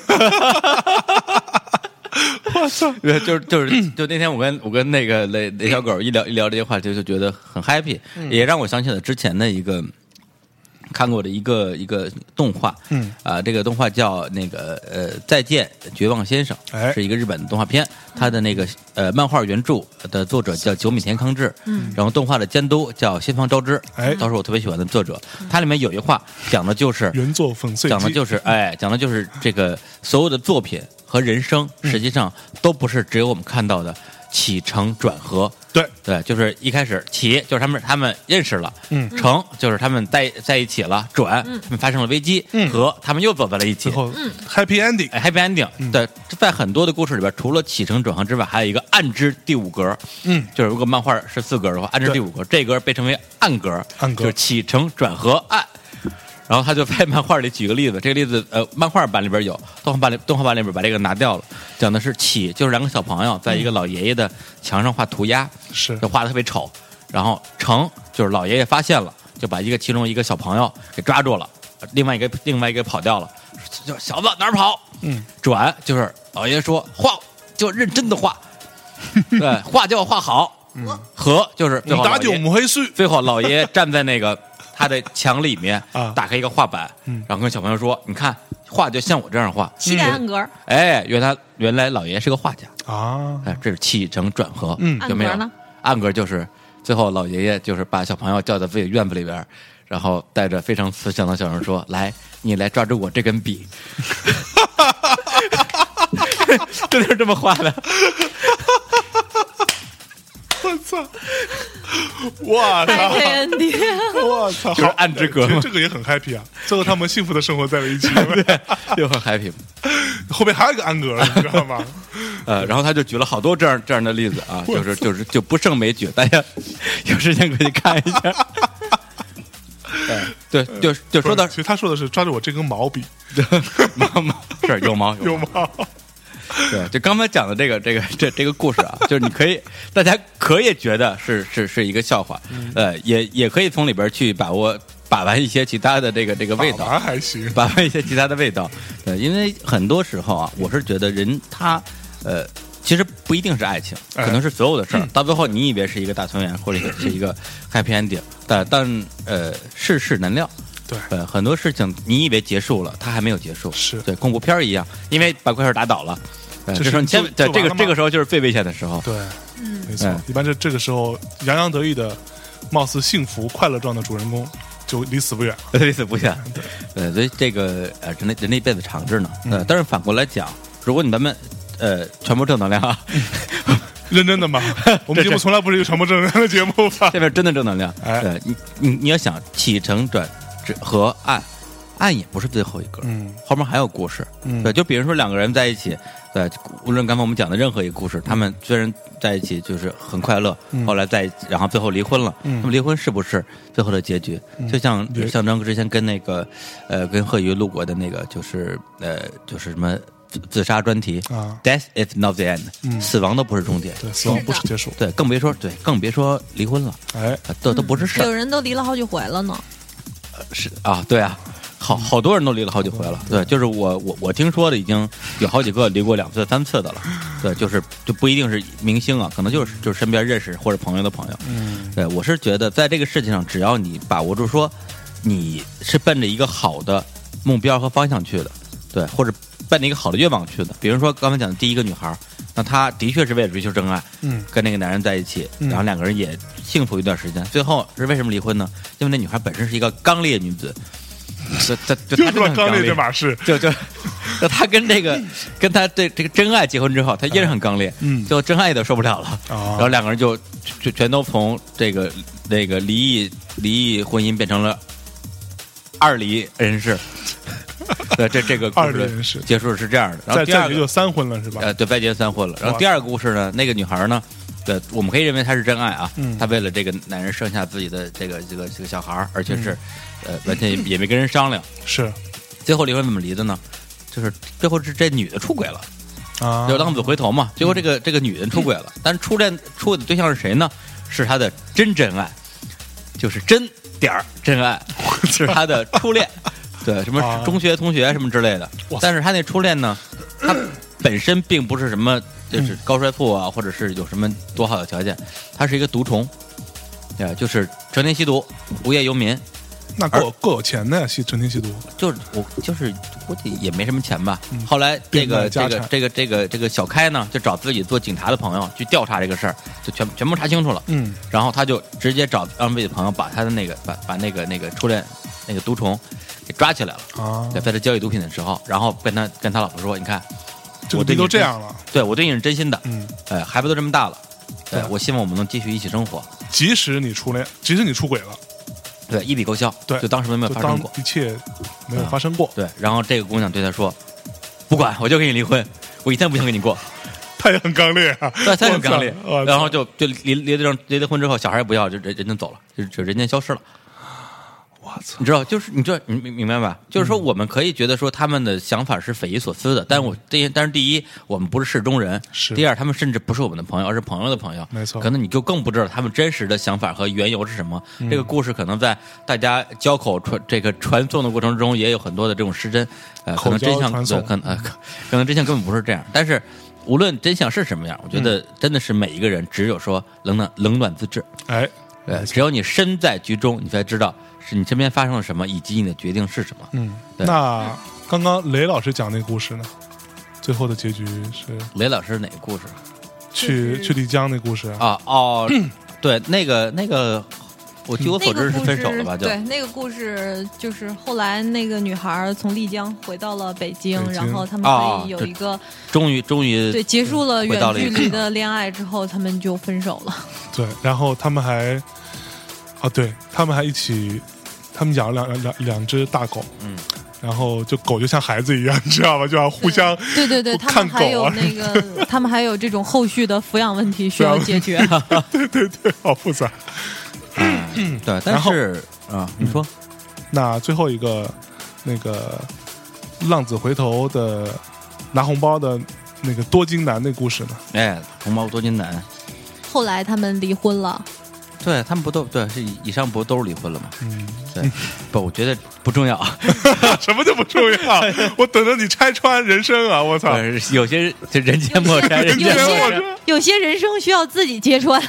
我操！ 就是就是就那天我跟我跟那个雷雷小狗一聊一聊这些话题，就觉得很 happy，、嗯、也让我想起了之前的一个看过的一个一个动画， 嗯啊、呃，这个动画叫那个呃再见绝望先生， 哎， 是一个日本的动画片，它的那个呃漫画原著的作者叫久米田康治， 嗯， 然后动画的监督叫新房昭之， 哎， 都是我特别喜欢的作者，它里面有一话讲的就是原作粉碎机， 讲的就是哎，讲的就是这个所有的作品和人生实际上都不是只有我们看到的起承转合， 对对，就是一开始起就是他们他们认识了， 嗯， 承就是他们在在一起了，转、嗯、他们发生了危机， 嗯， 和他们又走在了一起， 最后嗯 happy ending， 哎 happy ending，、嗯、对，在很多的故事里边，除了起承转合之外，还有一个暗之第五格， 嗯， 就是如果漫画是四格的话，暗之第五格，这格被称为暗格， 暗格就是起承转合暗。然后他就在漫画里举个例子，这个例子呃，漫画版里边有，动画版里动画版里边把这个拿掉了，讲的是起就是两个小朋友在一个老爷爷的墙上画涂鸦， 是、 嗯、就画的特别丑，然后承就是老爷爷发现了，就把一个其中一个小朋友给抓住了，另外一个另外一个跑掉了，就小子哪儿跑？ 嗯， 转就是老爷爷说画就认真的画，对，画就要画好，嗯，和就是最后打就不会输， 最后老爷爷站在那个。他的墙里面啊， 打开一个画板， 嗯， 然后跟小朋友说：“你看，画就像我这样画。” 期待暗格。 哎，原来原来老爷爷是个画家啊！ 哎，这是起承转合， 嗯， 有没有？ 暗格呢？ 暗格就是最后老爷爷就是把小朋友叫到自己院子里边，然后带着非常慈祥的笑容说：“来，你来抓住我这根笔。”真的是这么画的。 我操！哇操！我操！ 就是暗之格嘛， 这个也很 happy 啊！最后他们幸福的生活在了一起， 对，又很 happy。 后面还有一个安格，你知道吗？ 呃，然后他就举了好多这样这样的例子啊，就是就是就不胜枚举，大家有时间可以看一下。对对，就就说到， 其实他说的是抓住我这根毛笔， 毛毛是有毛有毛。 对，就刚才讲的这个这个这这个故事啊，就是你可以，大家可以觉得是是是一个笑话， 嗯、 呃，也也可以从里边去把握把玩一些其他的这个这个味道， 把玩还行， 把玩一些其他的味道。对，因为很多时候啊，我是觉得人他呃，其实不一定是爱情，可能是所有的事儿， 哎、 到最后你以为是一个大团圆或者是一个 happy ending， 但但呃，世事难料。 对， 呃，很多事情你以为结束了，它还没有结束， 是对恐怖片一样，因为把怪兽打倒了。这时候你千万对这个这个时候就是最危险的时候。 对， 嗯， 没错。嗯、一般这这个时候洋洋得意的、貌似幸福快乐状的主人公就离死不远， 离死不远。对，呃，所以这个呃，人类人类一辈子长着呢。呃，但是反过来讲，如果你咱们呃传播正能量啊， 认真的吗？我们节目从来不是一个传播正能量的节目吧？ 这边真的正能量。 哎， 对，你你你要想起承转合暗。 暗也不是最后一个， 嗯， 后面还有故事。 嗯， 对，就比如说两个人在一起，对，无论刚才我们讲的任何一个故事，他们虽然在一起就是很快乐， 嗯、 后来在然后最后离婚了， 嗯， 那么离婚是不是最后的结局？ 嗯、 就像象征之前跟那个呃跟贺宇录过的那个，就是呃就是什么自自杀专题啊 ，Death is not the end，、嗯、死亡都不是终点， 对，死亡不是结束， 对，更别说对，更别说离婚了， 哎， 都都不是事儿、 嗯，有人都离了好几回了呢。 是啊，对啊，好好多人都离了好几回了。对，就是我我我听说的已经有好几个离过两次、三次的了。对，就是就不一定是明星啊，可能就是就是身边认识或者朋友的朋友。 嗯， 对，我是觉得在这个事情上，只要你把握住说你是奔着一个好的目标和方向去的，对，或者奔着一个好的愿望去的。比如说刚才讲的第一个女孩，那她的确是为了追求真爱， 嗯， 跟那个男人在一起， 嗯、 然后两个人也幸福一段时间。最后是为什么离婚呢？因为那女孩本身是一个刚烈女子。就就就他真的很刚烈， 这码事， 就就就他跟这个跟他这这个真爱结婚之后，他依然很刚烈， 嗯， 最后真爱都受不了了， 哦、 然后两个人就就全都从这个那个离异离异婚姻变成了二离人士。对，这这个故事结束是这样的，然后第二个就三婚了是吧？ 呃，对，再结三婚了。然后第二个故事呢，那个女孩呢？对，我们可以认为她是真爱啊， 嗯、 她为了这个男人生下自己的这个这个这个小孩，而且是、嗯、呃完全也没跟人商量。 是， 最后离婚怎么离的呢？就是最后是这女的出轨了， 啊， 就浪子回头嘛。最后这个、嗯、这个女人出轨了，但是初恋处的对象是谁呢？是她的真真爱，就是真点儿真爱，是她的初恋。对，什么中学同学什么之类的。但是她那初恋呢，她本身并不是什么。就是高帅富啊，或者是有什么多好的条件，他是一个毒虫，对，就是成天吸毒，无业游民。 那够够有钱的呀，吸成天吸毒。 就是我就是估计也没什么钱吧。嗯、后来这个这个这个这个这个小开呢，就找自己做警察的朋友去调查这个事儿，就全全部查清楚了。 嗯， 然后他就直接找让自己的朋友把他的那个把把那个那个初恋那个毒虫给抓起来了啊， 在他交易毒品的时候，然后跟他跟他老婆说，你看。 我对你都这样了， 对我对你是真心的， 嗯， 哎，孩子都这么大了，对，我希望我们能继续一起生活。 即使你初恋，即使你出轨了， 对，一笔勾销， 对， 就当什么没有发生过， 一切没有发生过。 对，然后这个姑娘对他说：“不管，我就跟你离婚，我一天不想跟你过。” 他也很刚烈啊， 对，他也很刚烈。然后就就离离了离了婚之后，小孩也不要，就人人就走了，就就人间消失了。 我操！ 你知道，就是你知道，你明明白吧？就是说，我们可以觉得说他们的想法是匪夷所思的，但是我这，但是第一，我们不是事中人； 是第二，他们甚至不是我们的朋友，而是朋友的朋友。 没错， 可能你就更不知道他们真实的想法和缘由是什么。 嗯、 这个故事可能在大家交口传这个传送的过程中，也有很多的这种失真，呃，可能真相对，可能呃，可能真相根本不是这样。但是无论真相是什么样，我觉得真的是每一个人只有说冷暖冷暖自知。 哎， 对，只有你身在局中，你才知道。是你身边发生了什么，以及你的决定是什么？ 嗯，那刚刚雷老师讲那个故事呢？最后的结局是雷老师哪个故事？ 去去丽江那故事啊？哦，对，那个那个，我据我所知是分手了吧？就对，那个故事就是后来那个女孩从丽江回到了北京， 北京然后他们可以有一个、 哦、终于终于对结束了远距离的恋爱之后，他们就分手了。 对，然后他们还。哦，对他们还一起，他们养了两两两只大狗， 嗯， 然后就狗就像孩子一样，你知道吗？就要互相对对对，他们还有那个，他们还有这种后续的抚养问题需要解决。 对对对，好复杂。 嗯，对，但是啊，你说， 那最后一个那个浪子回头的拿红包的那个多金男的故事呢？ 哎，红包多金男， 后来他们离婚了。 对他们不都对是以上不都是离婚了吗？ 嗯， 对，不，我觉得不重要。 什么就不重要？我等着你拆穿人生啊！我操， 有些这人间莫拆，人间莫拆， 有些人生需要自己揭穿。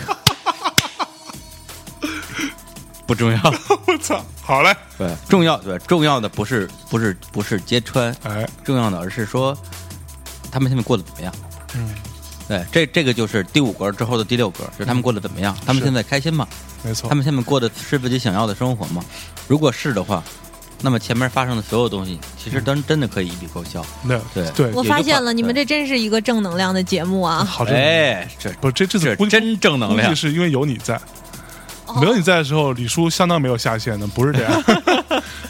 不重要。 我操，好嘞。 对，重要对重要的不是不是不是揭穿， 哎， 重要的而是说他们现在过得怎么样。 嗯。 对，这这个就是第五格之后的第六格，就是他们过得怎么样？他们现在开心吗？ 没错， 他们现在过的是自己想要的生活吗？如果是的话，那么前面发生的所有东西，其实真真的可以一笔勾销。 对对对， 我发现了，你们这真是一个正能量的节目啊！ 好， 哎，这不这这是真正能量， 估计是因为有你在，没有你在的时候，李叔相当没有下限的，不是这样。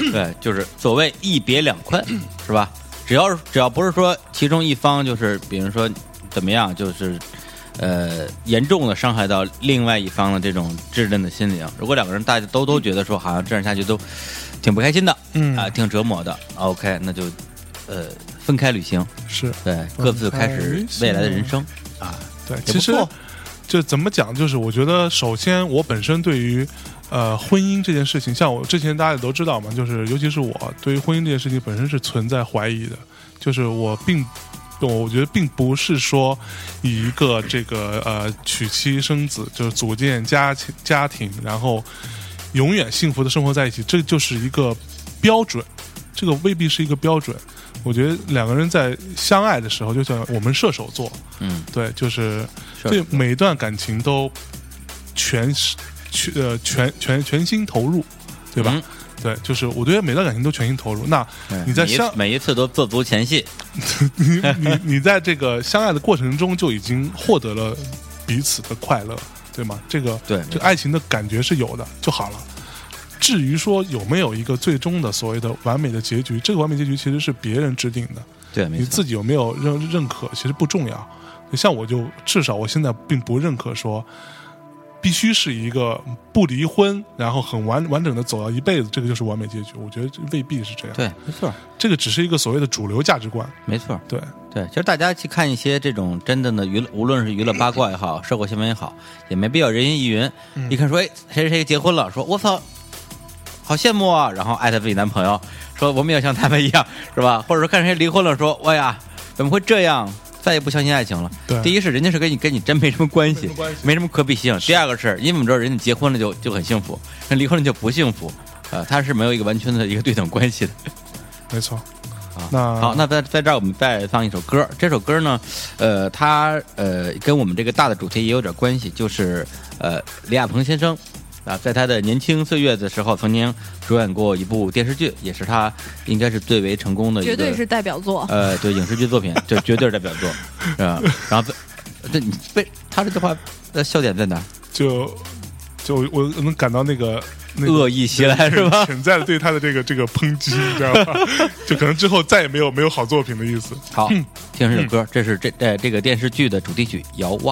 对，就是所谓一别两宽，是吧？只要只要不是说其中一方就是比如说怎么样，就是呃严重的伤害到另外一方的这种稚嫩的心灵。如果两个人大家都都觉得说好像这样下去都挺不开心的，嗯啊、呃，挺折磨的 ，OK， 那就呃分开旅行， 是对，各自开始未来的人生啊。 对，其实就怎么讲，就是我觉得首先我本身对于呃婚姻这件事情，像我之前大家也都知道嘛，就是尤其是我对于婚姻这件事情本身是存在怀疑的，就是我并我觉得并不是说以一个这个呃娶妻生子，就是组建家庭家庭，然后永远幸福的生活在一起，这就是一个标准，这个未必是一个标准。我觉得两个人在相爱的时候，就像我们射手座，嗯，对，就是对每一段感情都全全呃全全全心投入，对吧？嗯、对，就是我觉得每段感情都全心投入。那你在相每一次都做足前戏， 你你你在这个相爱的过程中就已经获得了彼此的快乐，对吗？这个对这个爱情的感觉是有的就好了。至于说有没有一个最终的所谓的完美的结局，这个完美结局其实是别人制定的， 对， 你自己有没有认认可其实不重要。像我就至少我现在并不认可说必须是一个不离婚然后很完完整的走到一辈子，这个就是完美结局，我觉得未必是这样。 对，没错， 这个只是一个所谓的主流价值观。 没错， 对对，其实大家去看一些这种真正的娱乐，无论是娱乐八卦也好，社会新闻也好，也没必要人云亦云。嗯、一看说，哎，谁谁谁结婚了，说我操，好羡慕啊，然后艾特自己男朋友说我们要像他们一样，是吧？或者说看谁离婚了，说哎呀，怎么会这样？再也不相信爱情了。第一是人家是跟你跟你真没什么关系，没什么可比性。第二个是因为我们知道人家结婚了就就很幸福，人离婚了就不幸福，呃，他是没有一个完全的一个对等关系的。 没错。 啊，那好，那在在这儿我们再放一首歌，这首歌呢，呃，它呃跟我们这个大的主题也有点关系，就是呃李亚鹏先生。啊，在他的年轻岁月的时候，曾经主演过一部电视剧，也是他应该是最为成功的一个， 绝对是代表作。 呃，对，影视剧作品，这绝对是代表作，啊。然后，这你被他这句话的笑点在哪？ 就就我能感到那个、那个、 恶意袭来是吧？ 潜在的对他的这个这个抨击，你知道吧？就可能之后再也没有没有好作品的意思。 好，嗯、听这首歌，这是这呃这个电视剧的主题曲《遥望》。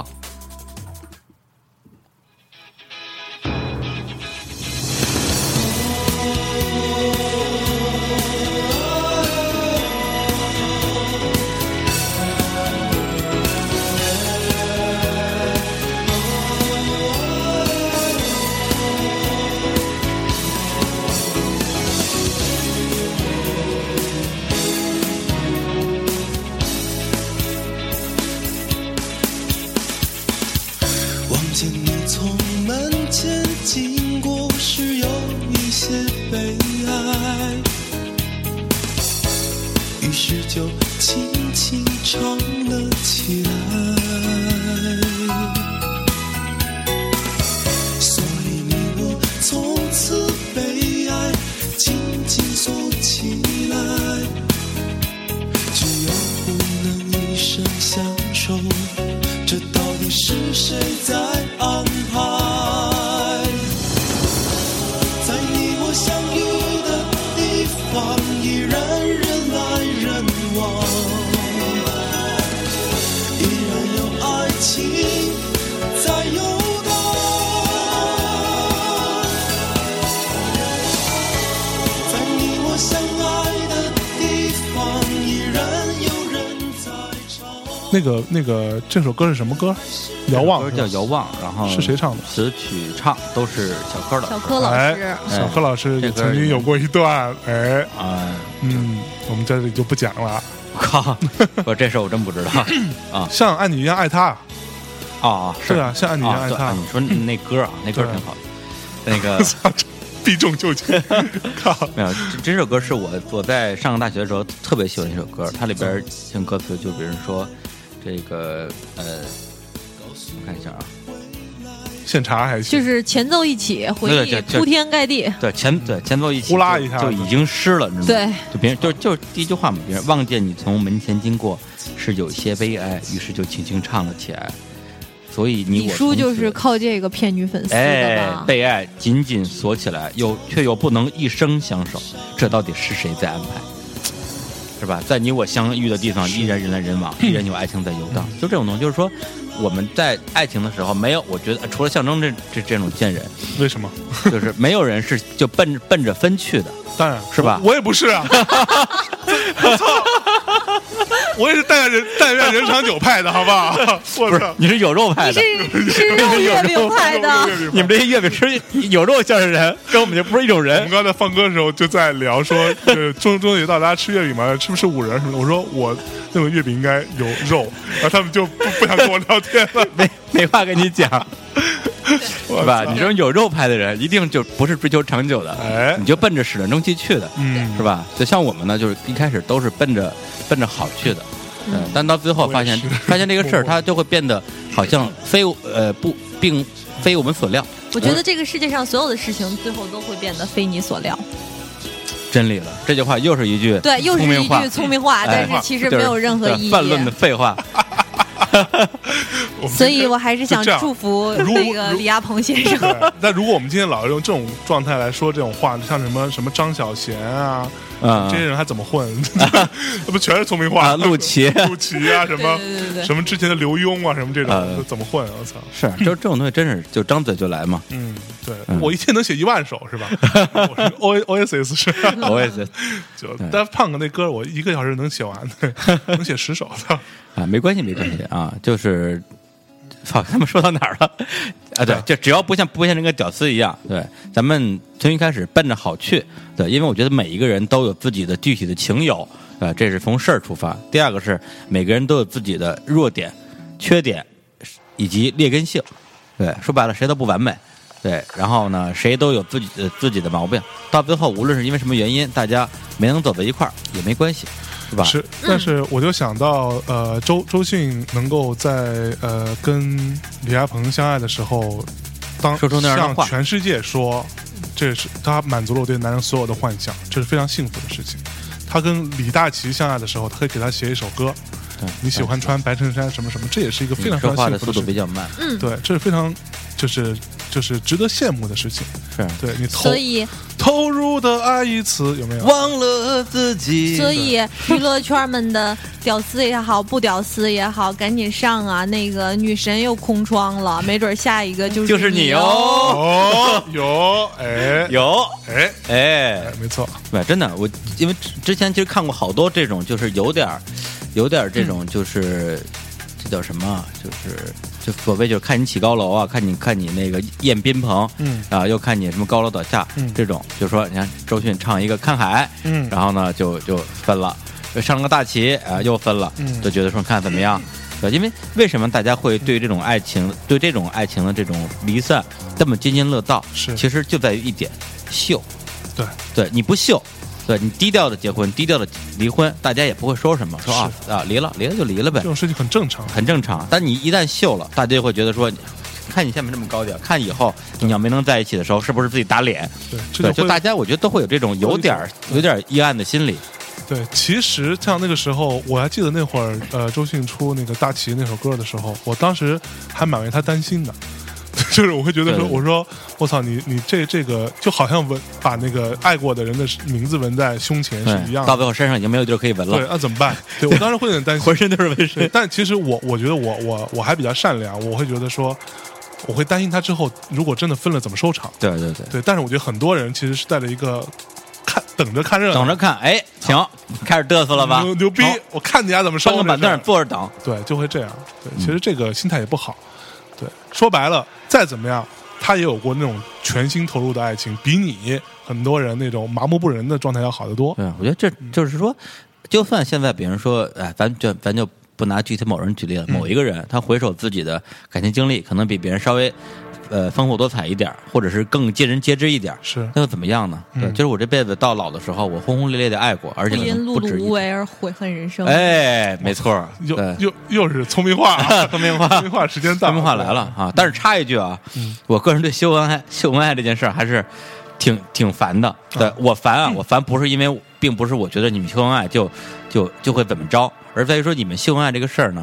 那个那个这首歌是什么歌？遥望， 歌叫遥望，然后是谁唱的？ 词曲唱都是小柯的。 小柯老师， 哎、小柯老师曾经有过一段，哎，啊，嗯，我们在这里就不讲了。 我靠，我这事我真不知道啊。 像爱你一样爱他， 啊， 是啊，像爱你一样爱他。 你说那歌啊，那歌挺好的，那个。 避重就轻，靠！ 没有，这首歌是我我在上个大学的时候特别喜欢一首歌，它里边像歌词就比如说这个呃，我看一下啊， 现查还行， 就是前奏一起，回忆铺天盖地， 对前对前奏一起， 呼啦一下就已经湿了，你知道吗？ 对， 就别人就就是第一句话嘛，别人望见你从门前经过，是有些悲哀，于是就轻轻唱了起来。 所以你李我叔就是靠这个骗女粉丝的哎吧？ 被爱紧紧锁起来，又却又不能一生相守，这到底是谁在安排？是吧？在你我相遇的地方，依然人来人往，依然有爱情在游荡。就这种东西，就是说，我们在爱情的时候，没有，我觉得除了象征这这这种贱人， 为什么？ 就是没有人是就奔奔着分去的。 当然是吧我，我也不是啊，我操，我也是但愿人但愿人长久派的，好不好？我不是操，， 你是有肉派的， 是是肉月饼派的， 你们这些月饼吃有肉馅的人，跟我们就不是一种我人们。刚才放歌的时候就在聊说，呃，中中秋到大家吃月饼嘛，吃不吃五仁什么的。我说我认为月饼应该有肉，然后他们就不不想跟我聊天了， 没没话跟你讲， 是是吧？你这种有肉派的人，一定就不是追求长久的， 哎你就奔着始乱终弃去的， 嗯是吧？就像我们呢，就是一开始都是奔着奔着好去的，嗯，但到最后发现我也是发现这个事儿， 我它就会变得好像非呃不并非我们所料， 我觉得这个世界上所有的事情最后都会变得非你所料。 真理了。这句话又是一句对，又是聪明话一句聪明话， 哎但是其实没有任何意义。 就是泛滥的废话。 我们所以我还是想就这样祝福如那个李亚鹏先生。 对，但如果我们今天老是用这种状态来说这种话，像什么什么张小娴啊， 嗯这些人还怎么混？那不全是聪明话？ 啊陆琪陆琪啊，什么对对对对什么之前的刘墉啊，什么这种呃怎么混？我操！ 是，就这种东西真是就张嘴就来嘛。 嗯，对嗯我一天能写一万首是吧？我是 O O S S 是， 我也是就但胖哥那歌我一个小时能写完，能写十首的。 啊，没关系，没关系啊，就是，操，他们说到哪儿了？啊，对，就只要不像不像那个屌丝一样，对，咱们从一开始奔着好去，对，因为我觉得每一个人都有自己的具体的情友，呃，这是从事儿出发。第二个是每个人都有自己的弱点、缺点以及劣根性，对，说白了谁都不完美。对，然后呢，谁都有自己的自己的毛病，到最后无论是因为什么原因，大家没能走在一块儿也没关系，是吧？ 是，但是我就想到，呃，周周迅能够在呃跟李亚鹏相爱的时候，当说出那样的话向全世界说，这是他满足了我对男人所有的幻想，这是非常幸福的事情。他跟李大齐相爱的时候，他可以给他写一首歌， 对你喜欢穿白衬衫什么什么，这也是一个非常非说话的速常幸福事情。 度比较慢， 嗯， 对，这是非常就是就是值得羡慕的事情。 是对你投所以投入的爱一次有没有？ 忘了自己。 所以娱乐圈们的屌丝也好，不屌丝也好，赶紧上啊！那个女神又空窗了，没准下一个就是就是你你哦哦，有哎有哎哎哎，，没错， 对，真的，我因为之之前其实看过好多这种，就是有点儿有点儿这种，就是、这叫什么啊？就是就所谓就是看你起高楼啊，看你看你那个宴宾朋， 嗯啊，又看你什么高楼倒下， 嗯这种，就说你看周迅唱一个看海， 嗯然后呢就就分了，又上了个大旗啊，又分了， 嗯就觉得说看怎么样。对，因为为什么大家会对这种爱情，对这种爱情的这种离散这么津津乐道？ 是其实就在于一点，秀。 对， 对，你不秀，对你低调的结婚，低调的离婚，大家也不会说什么，说啊啊离了，离了就离了呗这，种事情很正常。 很正常。但你一旦秀了，大家就会觉得说，看你下面这么高调，看以后你要没能在一起的时候，是不是自己打脸？ 对，这对， 就会就大家我觉得都会有这种有点儿有点儿阴暗的心理。 对，其实像那个时候，我还记得那会儿，呃，周迅出那个《大旗》那首歌的时候，我当时还蛮为他担心的，就是我会觉得说， 对对对我说我操，你你这这个就好像纹把那个爱过的人的名字纹在胸前是一对， 样的， 到最后身上已经没有地儿可以闻对， 了， 那怎么办？对我当时会有点担心浑，身都是纹对身。 但其实我我觉得我我我还比较善良，我会觉得说，我会担心他之后如果真的分了怎么收场。 对对对， 对，但是我觉得很多人其实是带着一个看等着看热闹， 等着看，哎，行，开始嘚瑟了吧？ 牛牛逼好， 我看你家怎么收这事儿搬个板凳坐着等。 对，就会这样。对，其实这个心态也不好。对，说白了，再怎么样，他也有过那种全心投入的爱情，比你很多人那种麻木不仁的状态要好得多。 对，我觉得这就是说，就算现在别人说，哎，咱就咱就不拿具体某人举例了， 嗯某一个人他回首自己的感情经历，可能比别人稍微呃丰富多彩一点，或者是更尽人皆知一点， 是那又怎么样呢？对， 嗯就是我这辈子到老的时候，我轰轰烈烈的爱过，而且可不因能不止一碌碌无为而悔恨人生。 哎，没错， 又对。 又又是聪明话啊， 聪明话聪明话时间到， 聪明话来了啊！但是插一句啊，我个人对秀恩爱秀恩爱这件事儿还是挺挺烦的。对我烦啊，我烦不是因为，并不是我觉得你们秀恩爱就就就会怎么着，而在于说你们秀恩爱这个事儿呢，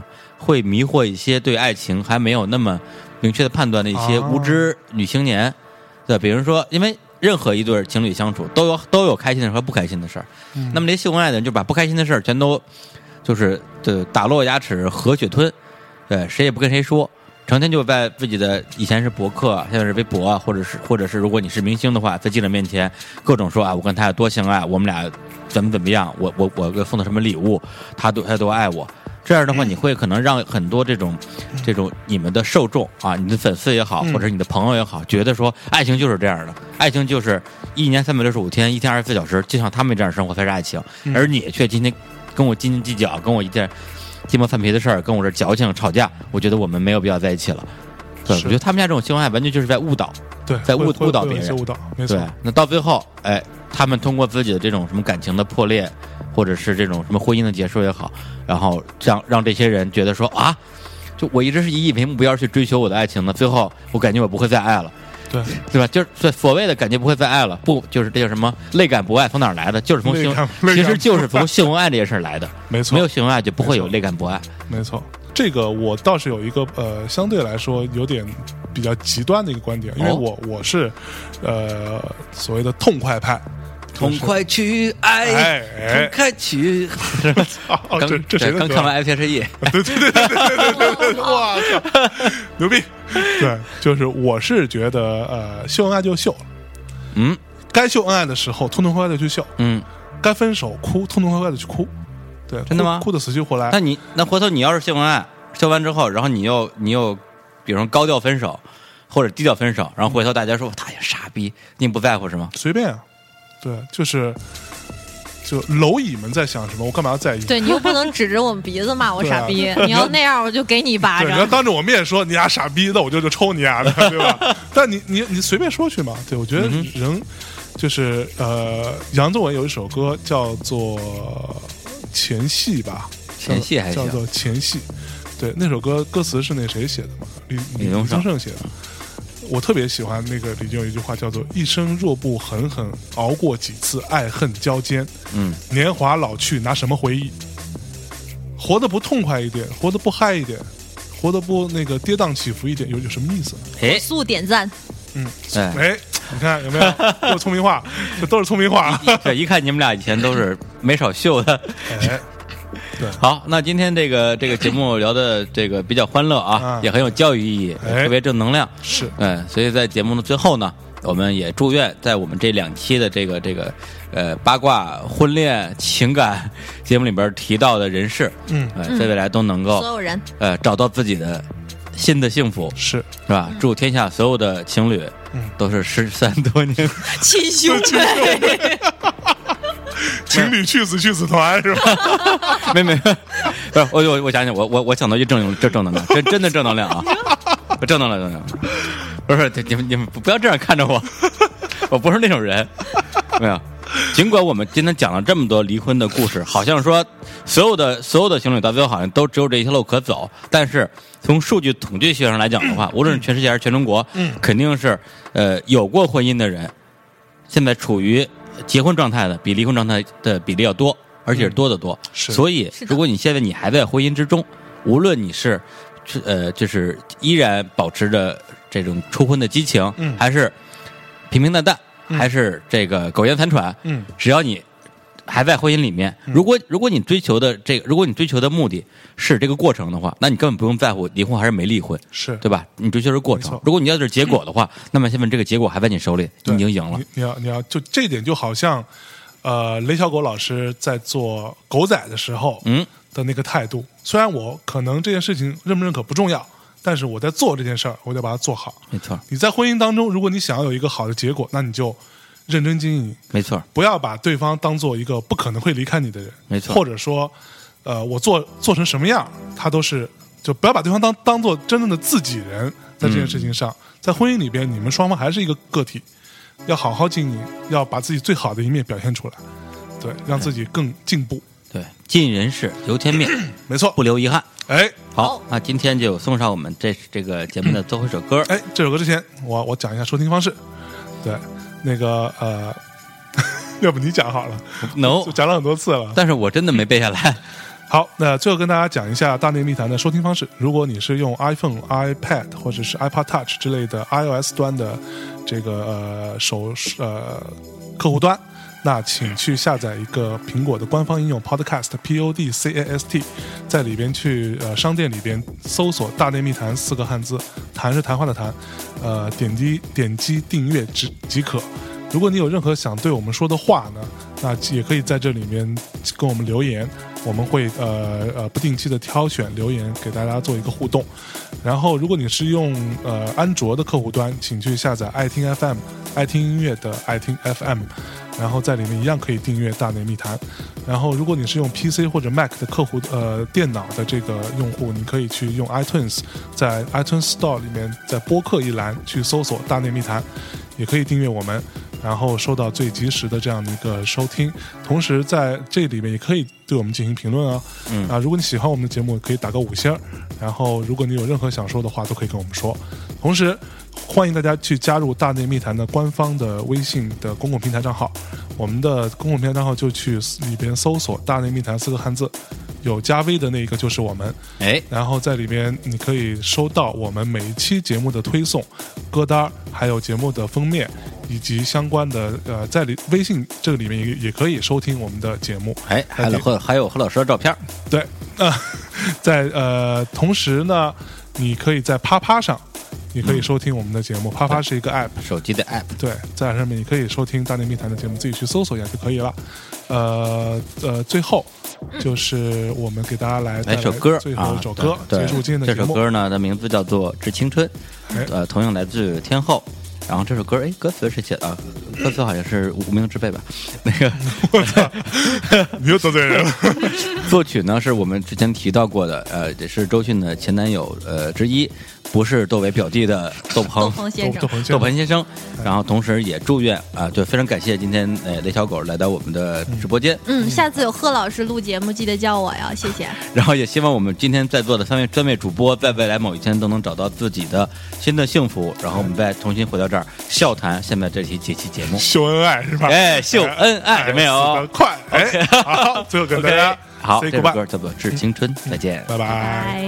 会迷惑一些对爱情还没有那么明确的判断的一些无知女青年。啊、对，比如说，因为任何一对情侣相处都有都有开心的事和不开心的事儿、嗯，那么这些秀恩爱的人就把不开心的事儿全都就是对打落牙齿和血吞，对，谁也不跟谁说。成天就在自己的以前是博客，现在是微博啊，或者是或者是如果你是明星的话，在记者面前各种说啊，我跟他有多相爱，我们俩怎么怎么样，我我我给送的什么礼物，他多他多爱我。这样的话，你会可能让很多这种这种你们的受众啊，你的粉丝也好，或者是你的朋友也好，觉得说爱情就是这样的，爱情就是一年三百六十五天，一天二十四小时，就像他们这样生活才是爱情，而你却今天跟我斤斤计较，跟我一件鸡毛蒜皮的事儿，跟我这矫情吵架，我觉得我们没有必要在一起了。对，我觉得他们家这种秀恩爱完全就是在误导， 对， 在误误导别人， 误导，没错。 对，那到最后，哎，他们通过自己的这种什么感情的破裂，或者是这种什么婚姻的结束也好，然后让让这些人觉得说啊，就我一直是以以为目标去追求我的爱情呢，最后我感觉我不会再爱了。 对， 对吧？就是所谓的感觉不会再爱了，不就是这叫什么泪感不爱从哪儿来的？就是从性，其实就是从性恩爱这件事儿来的。 没错， 没有性恩爱就不会有泪感不爱。 没错，这个我倒是有一个呃，相对来说有点比较极端的一个观点，因为我我是呃所谓的痛快派。 痛快去爱， 哎哎、 痛快去。 哦，这这谁的歌？ 刚看完 F H E， 对对对对对对对对，哇靠，牛逼！对，就是我是觉得呃，秀恩爱就秀了， 嗯， 该秀恩爱的时候痛痛快快的去秀， 嗯， 该分手哭痛痛快快的去哭，对， 真的吗？ 哭得死去活来。 那你那回头你要是秀恩爱，秀完之后，然后你又你又，比如说高调分手，或者低调分手，然后回头大家说他也傻逼，你不在乎是吗？ 随便啊。对，就是就蝼蚁们在想什么，我干嘛要在意？ 对，你又不能指着我们鼻子骂我傻逼，啊、你要那样我就给你一巴掌。 你要当着我面说你丫傻逼，那我就就抽你丫的，对吧？但你你你随便说去嘛。对，我觉得人就是呃，杨宗纬有一首歌叫做《前戏》吧， 前戏还叫做《前戏》。对，那首歌歌词是那谁写的嘛？李李宗盛写的。我特别喜欢那个里面有一句话叫做一生若不狠狠熬过几次爱恨交煎， 嗯， 年华老去拿什么回忆？活得不痛快一点，活得不嗨一点，活得不那个跌宕起伏一点，有有什么意思？ 哎， 速点赞。 嗯，哎，你看有没有？都是聪明话，这都是聪明话。 对，一看你们俩以前都是没少秀的。 哎。对， 好，那今天这个这个节目聊的这个比较欢乐啊，啊也很有教育意义， 哎、 特别正能量。 是， 嗯，所以在节目的最后呢，我们也祝愿在我们这两期的这个这个呃八卦婚恋情感节目里边提到的人士， 嗯， 呃、在未来都能够所有人呃找到自己的新的幸福， 是是吧？嗯、祝天下所有的情侣， 嗯， 都是十三多年亲兄妹。 情侣去死去死团是吧？没没，不是我我我想想，我我我想到一正这正能量，真真的正能量啊！正能量正能量，不是你们你们不要这样看着我，我不是那种人，没有。尽管我们今天讲了这么多离婚的故事，好像说所有的所有的情侣到最后好像都只有这一条路可走，但是从数据统计学上来讲的话，无论是全世界还是全中国， 嗯， 肯定是呃有过婚姻的人，现在处于结婚状态的比离婚状态的比例要多，而且是多得多。 嗯、是， 所以如果你现在你还在婚姻之中，无论你是呃就是依然保持着这种初婚的激情， 嗯， 还是平平淡淡。嗯、还是这个苟延残喘， 嗯， 只要你还在婚姻里面， 嗯、 如果如果你追求的这个，如果你追求的目的是这个过程的话，那你根本不用在乎离婚还是没离婚， 是对吧？你追求的是过程。如果你要的是结果的话，嗯、那么现在这个结果还在你手里，你已经赢了。 你, 你要你要就这一点就好像，呃，雷小狗老师在做狗仔的时候， 嗯的那个态度。虽然我可能这件事情认不认可不重要。但是我在做这件事儿，我得把它做好。 没错， 你在婚姻当中，如果你想要有一个好的结果，那你就认真经营。 没错， 不要把对方当做一个不可能会离开你的人。 没错， 或者说，呃，我做做成什么样，他都是就不要把对方当当做真正的自己人。在这件事情上，嗯、在婚姻里边，你们双方还是一个个体，要好好经营，要把自己最好的一面表现出来，对，让自己更进步。 对，尽人事，由天命， 没错， 不留遗憾。 哎， 好，那今天就送上我们这这个节目的最后一首歌。 哎，这首歌之前我我讲一下收听方式。对，那个呃，要不你讲好了。 No， 讲了很多次了， 但是我真的没背下来。 好，那最后跟大家讲一下大内密谈的收听方式。如果你是用 iPhone、iPad 或者是 iPod Touch 之类的 iOS 端的这个呃手呃客户端，那请去下载一个苹果的官方应用 Podcast P O D C A S T， 在里边去呃商店里边搜索大内密谈四个汉字，谈是谈话的谈，呃点击点击订阅即即可。如果你有任何想对我们说的话呢，那也可以在这里面跟我们留言，我们会呃呃不定期的挑选留言给大家做一个互动。然后如果你是用呃安卓的客户端，请去下载爱听 F M， 爱听音乐的爱听 F M， 然后在里面一样可以订阅大内密谈。然后如果你是用 P C 或者 Mac 的客户呃电脑的这个用户，你可以去用 iTunes， 在 iTunes Store 里面在播客一栏去搜索大内密谈，也可以订阅我们，然后收到最及时的这样的一个收听。同时在这里面也可以对我们进行评论啊，嗯啊，如果你喜欢我们的节目，可以打个五星。然后如果你有任何想说的话，都可以跟我们说。同时欢迎大家去加入大内密谈的官方的微信的公共平台账号，我们的公共平台账号就去里边搜索大内密谈四个汉字，有加 V 的那一个就是我们， 哎， 然后在里边你可以收到我们每一期节目的推送、歌单，还有节目的封面，以及相关的呃，在里微信这个里面也也可以收听我们的节目。 哎，还有何还有何老师的照片。 对，啊、呃，在呃，同时呢，你可以在啪啪上。你可以收听我们的节目，啪啪是一个 app， 手机的 app， 对，在上面你可以收听大内密谈的节目，自己去搜索一下就可以了。呃呃，最后就是我们给大家来来首歌， 最后一首歌、 啊、 结束今天的节目。 这首歌呢的名字叫做《致青春》，呃，同样来自天后。然后这首歌，哎，歌词是写的，歌词好像是无名之辈吧？那个， 我操，你又得罪人了。 作曲呢是我们之前提到过的，呃，也是周迅的前男友呃之一，不是窦唯表弟的窦鹏， 窦鹏先生， 窦鹏先生。然后同时也祝愿啊，就非常感谢今天呃雷小狗来到我们的直播间。 嗯，下次有贺老师录节目，记得叫我呀，谢谢。 然后也希望我们今天在座的三位专业主播，在未来某一天都能找到自己的新的幸福，然后我们再重新回到这儿笑谈现在这期这期节目， 秀恩爱是吧？ 哎，秀恩爱有没有？ 快，哎，好，最后跟大家好，这首歌叫做《致青春》，再见， 拜拜。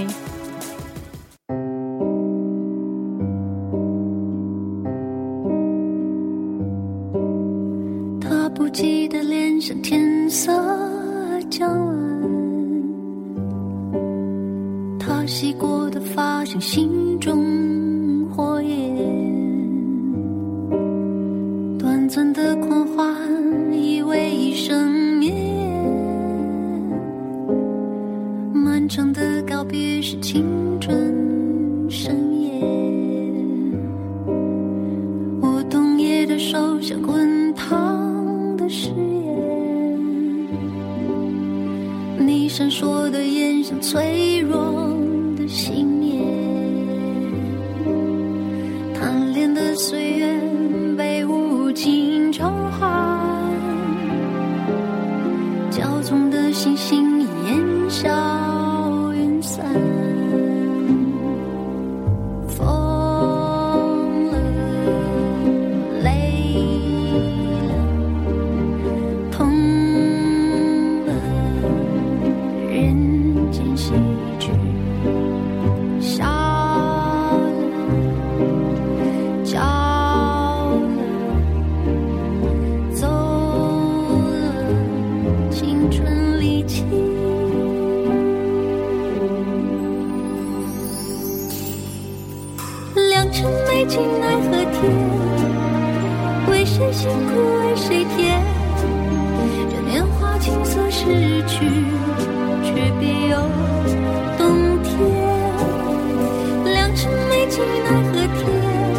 他不羁的脸像天色将晚，他洗过的发像心中火焰，短暂的狂欢以为一生眠，漫长的告别是青春深夜，我冬夜的手像滚烫的誓言，你闪烁的眼像脆弱的信念，贪恋的岁月被无尽召唤，骄纵的星星烟消云散，疯了，累了，痛了，人间喜剧，笑了，骄了，走了，青春离奇。良辰美景奈何天，为谁辛苦为谁甜，这年华青涩逝去，却别有冬天。良辰美景奈何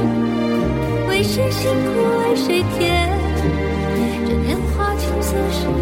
天，为谁辛苦为谁甜，这年华青涩逝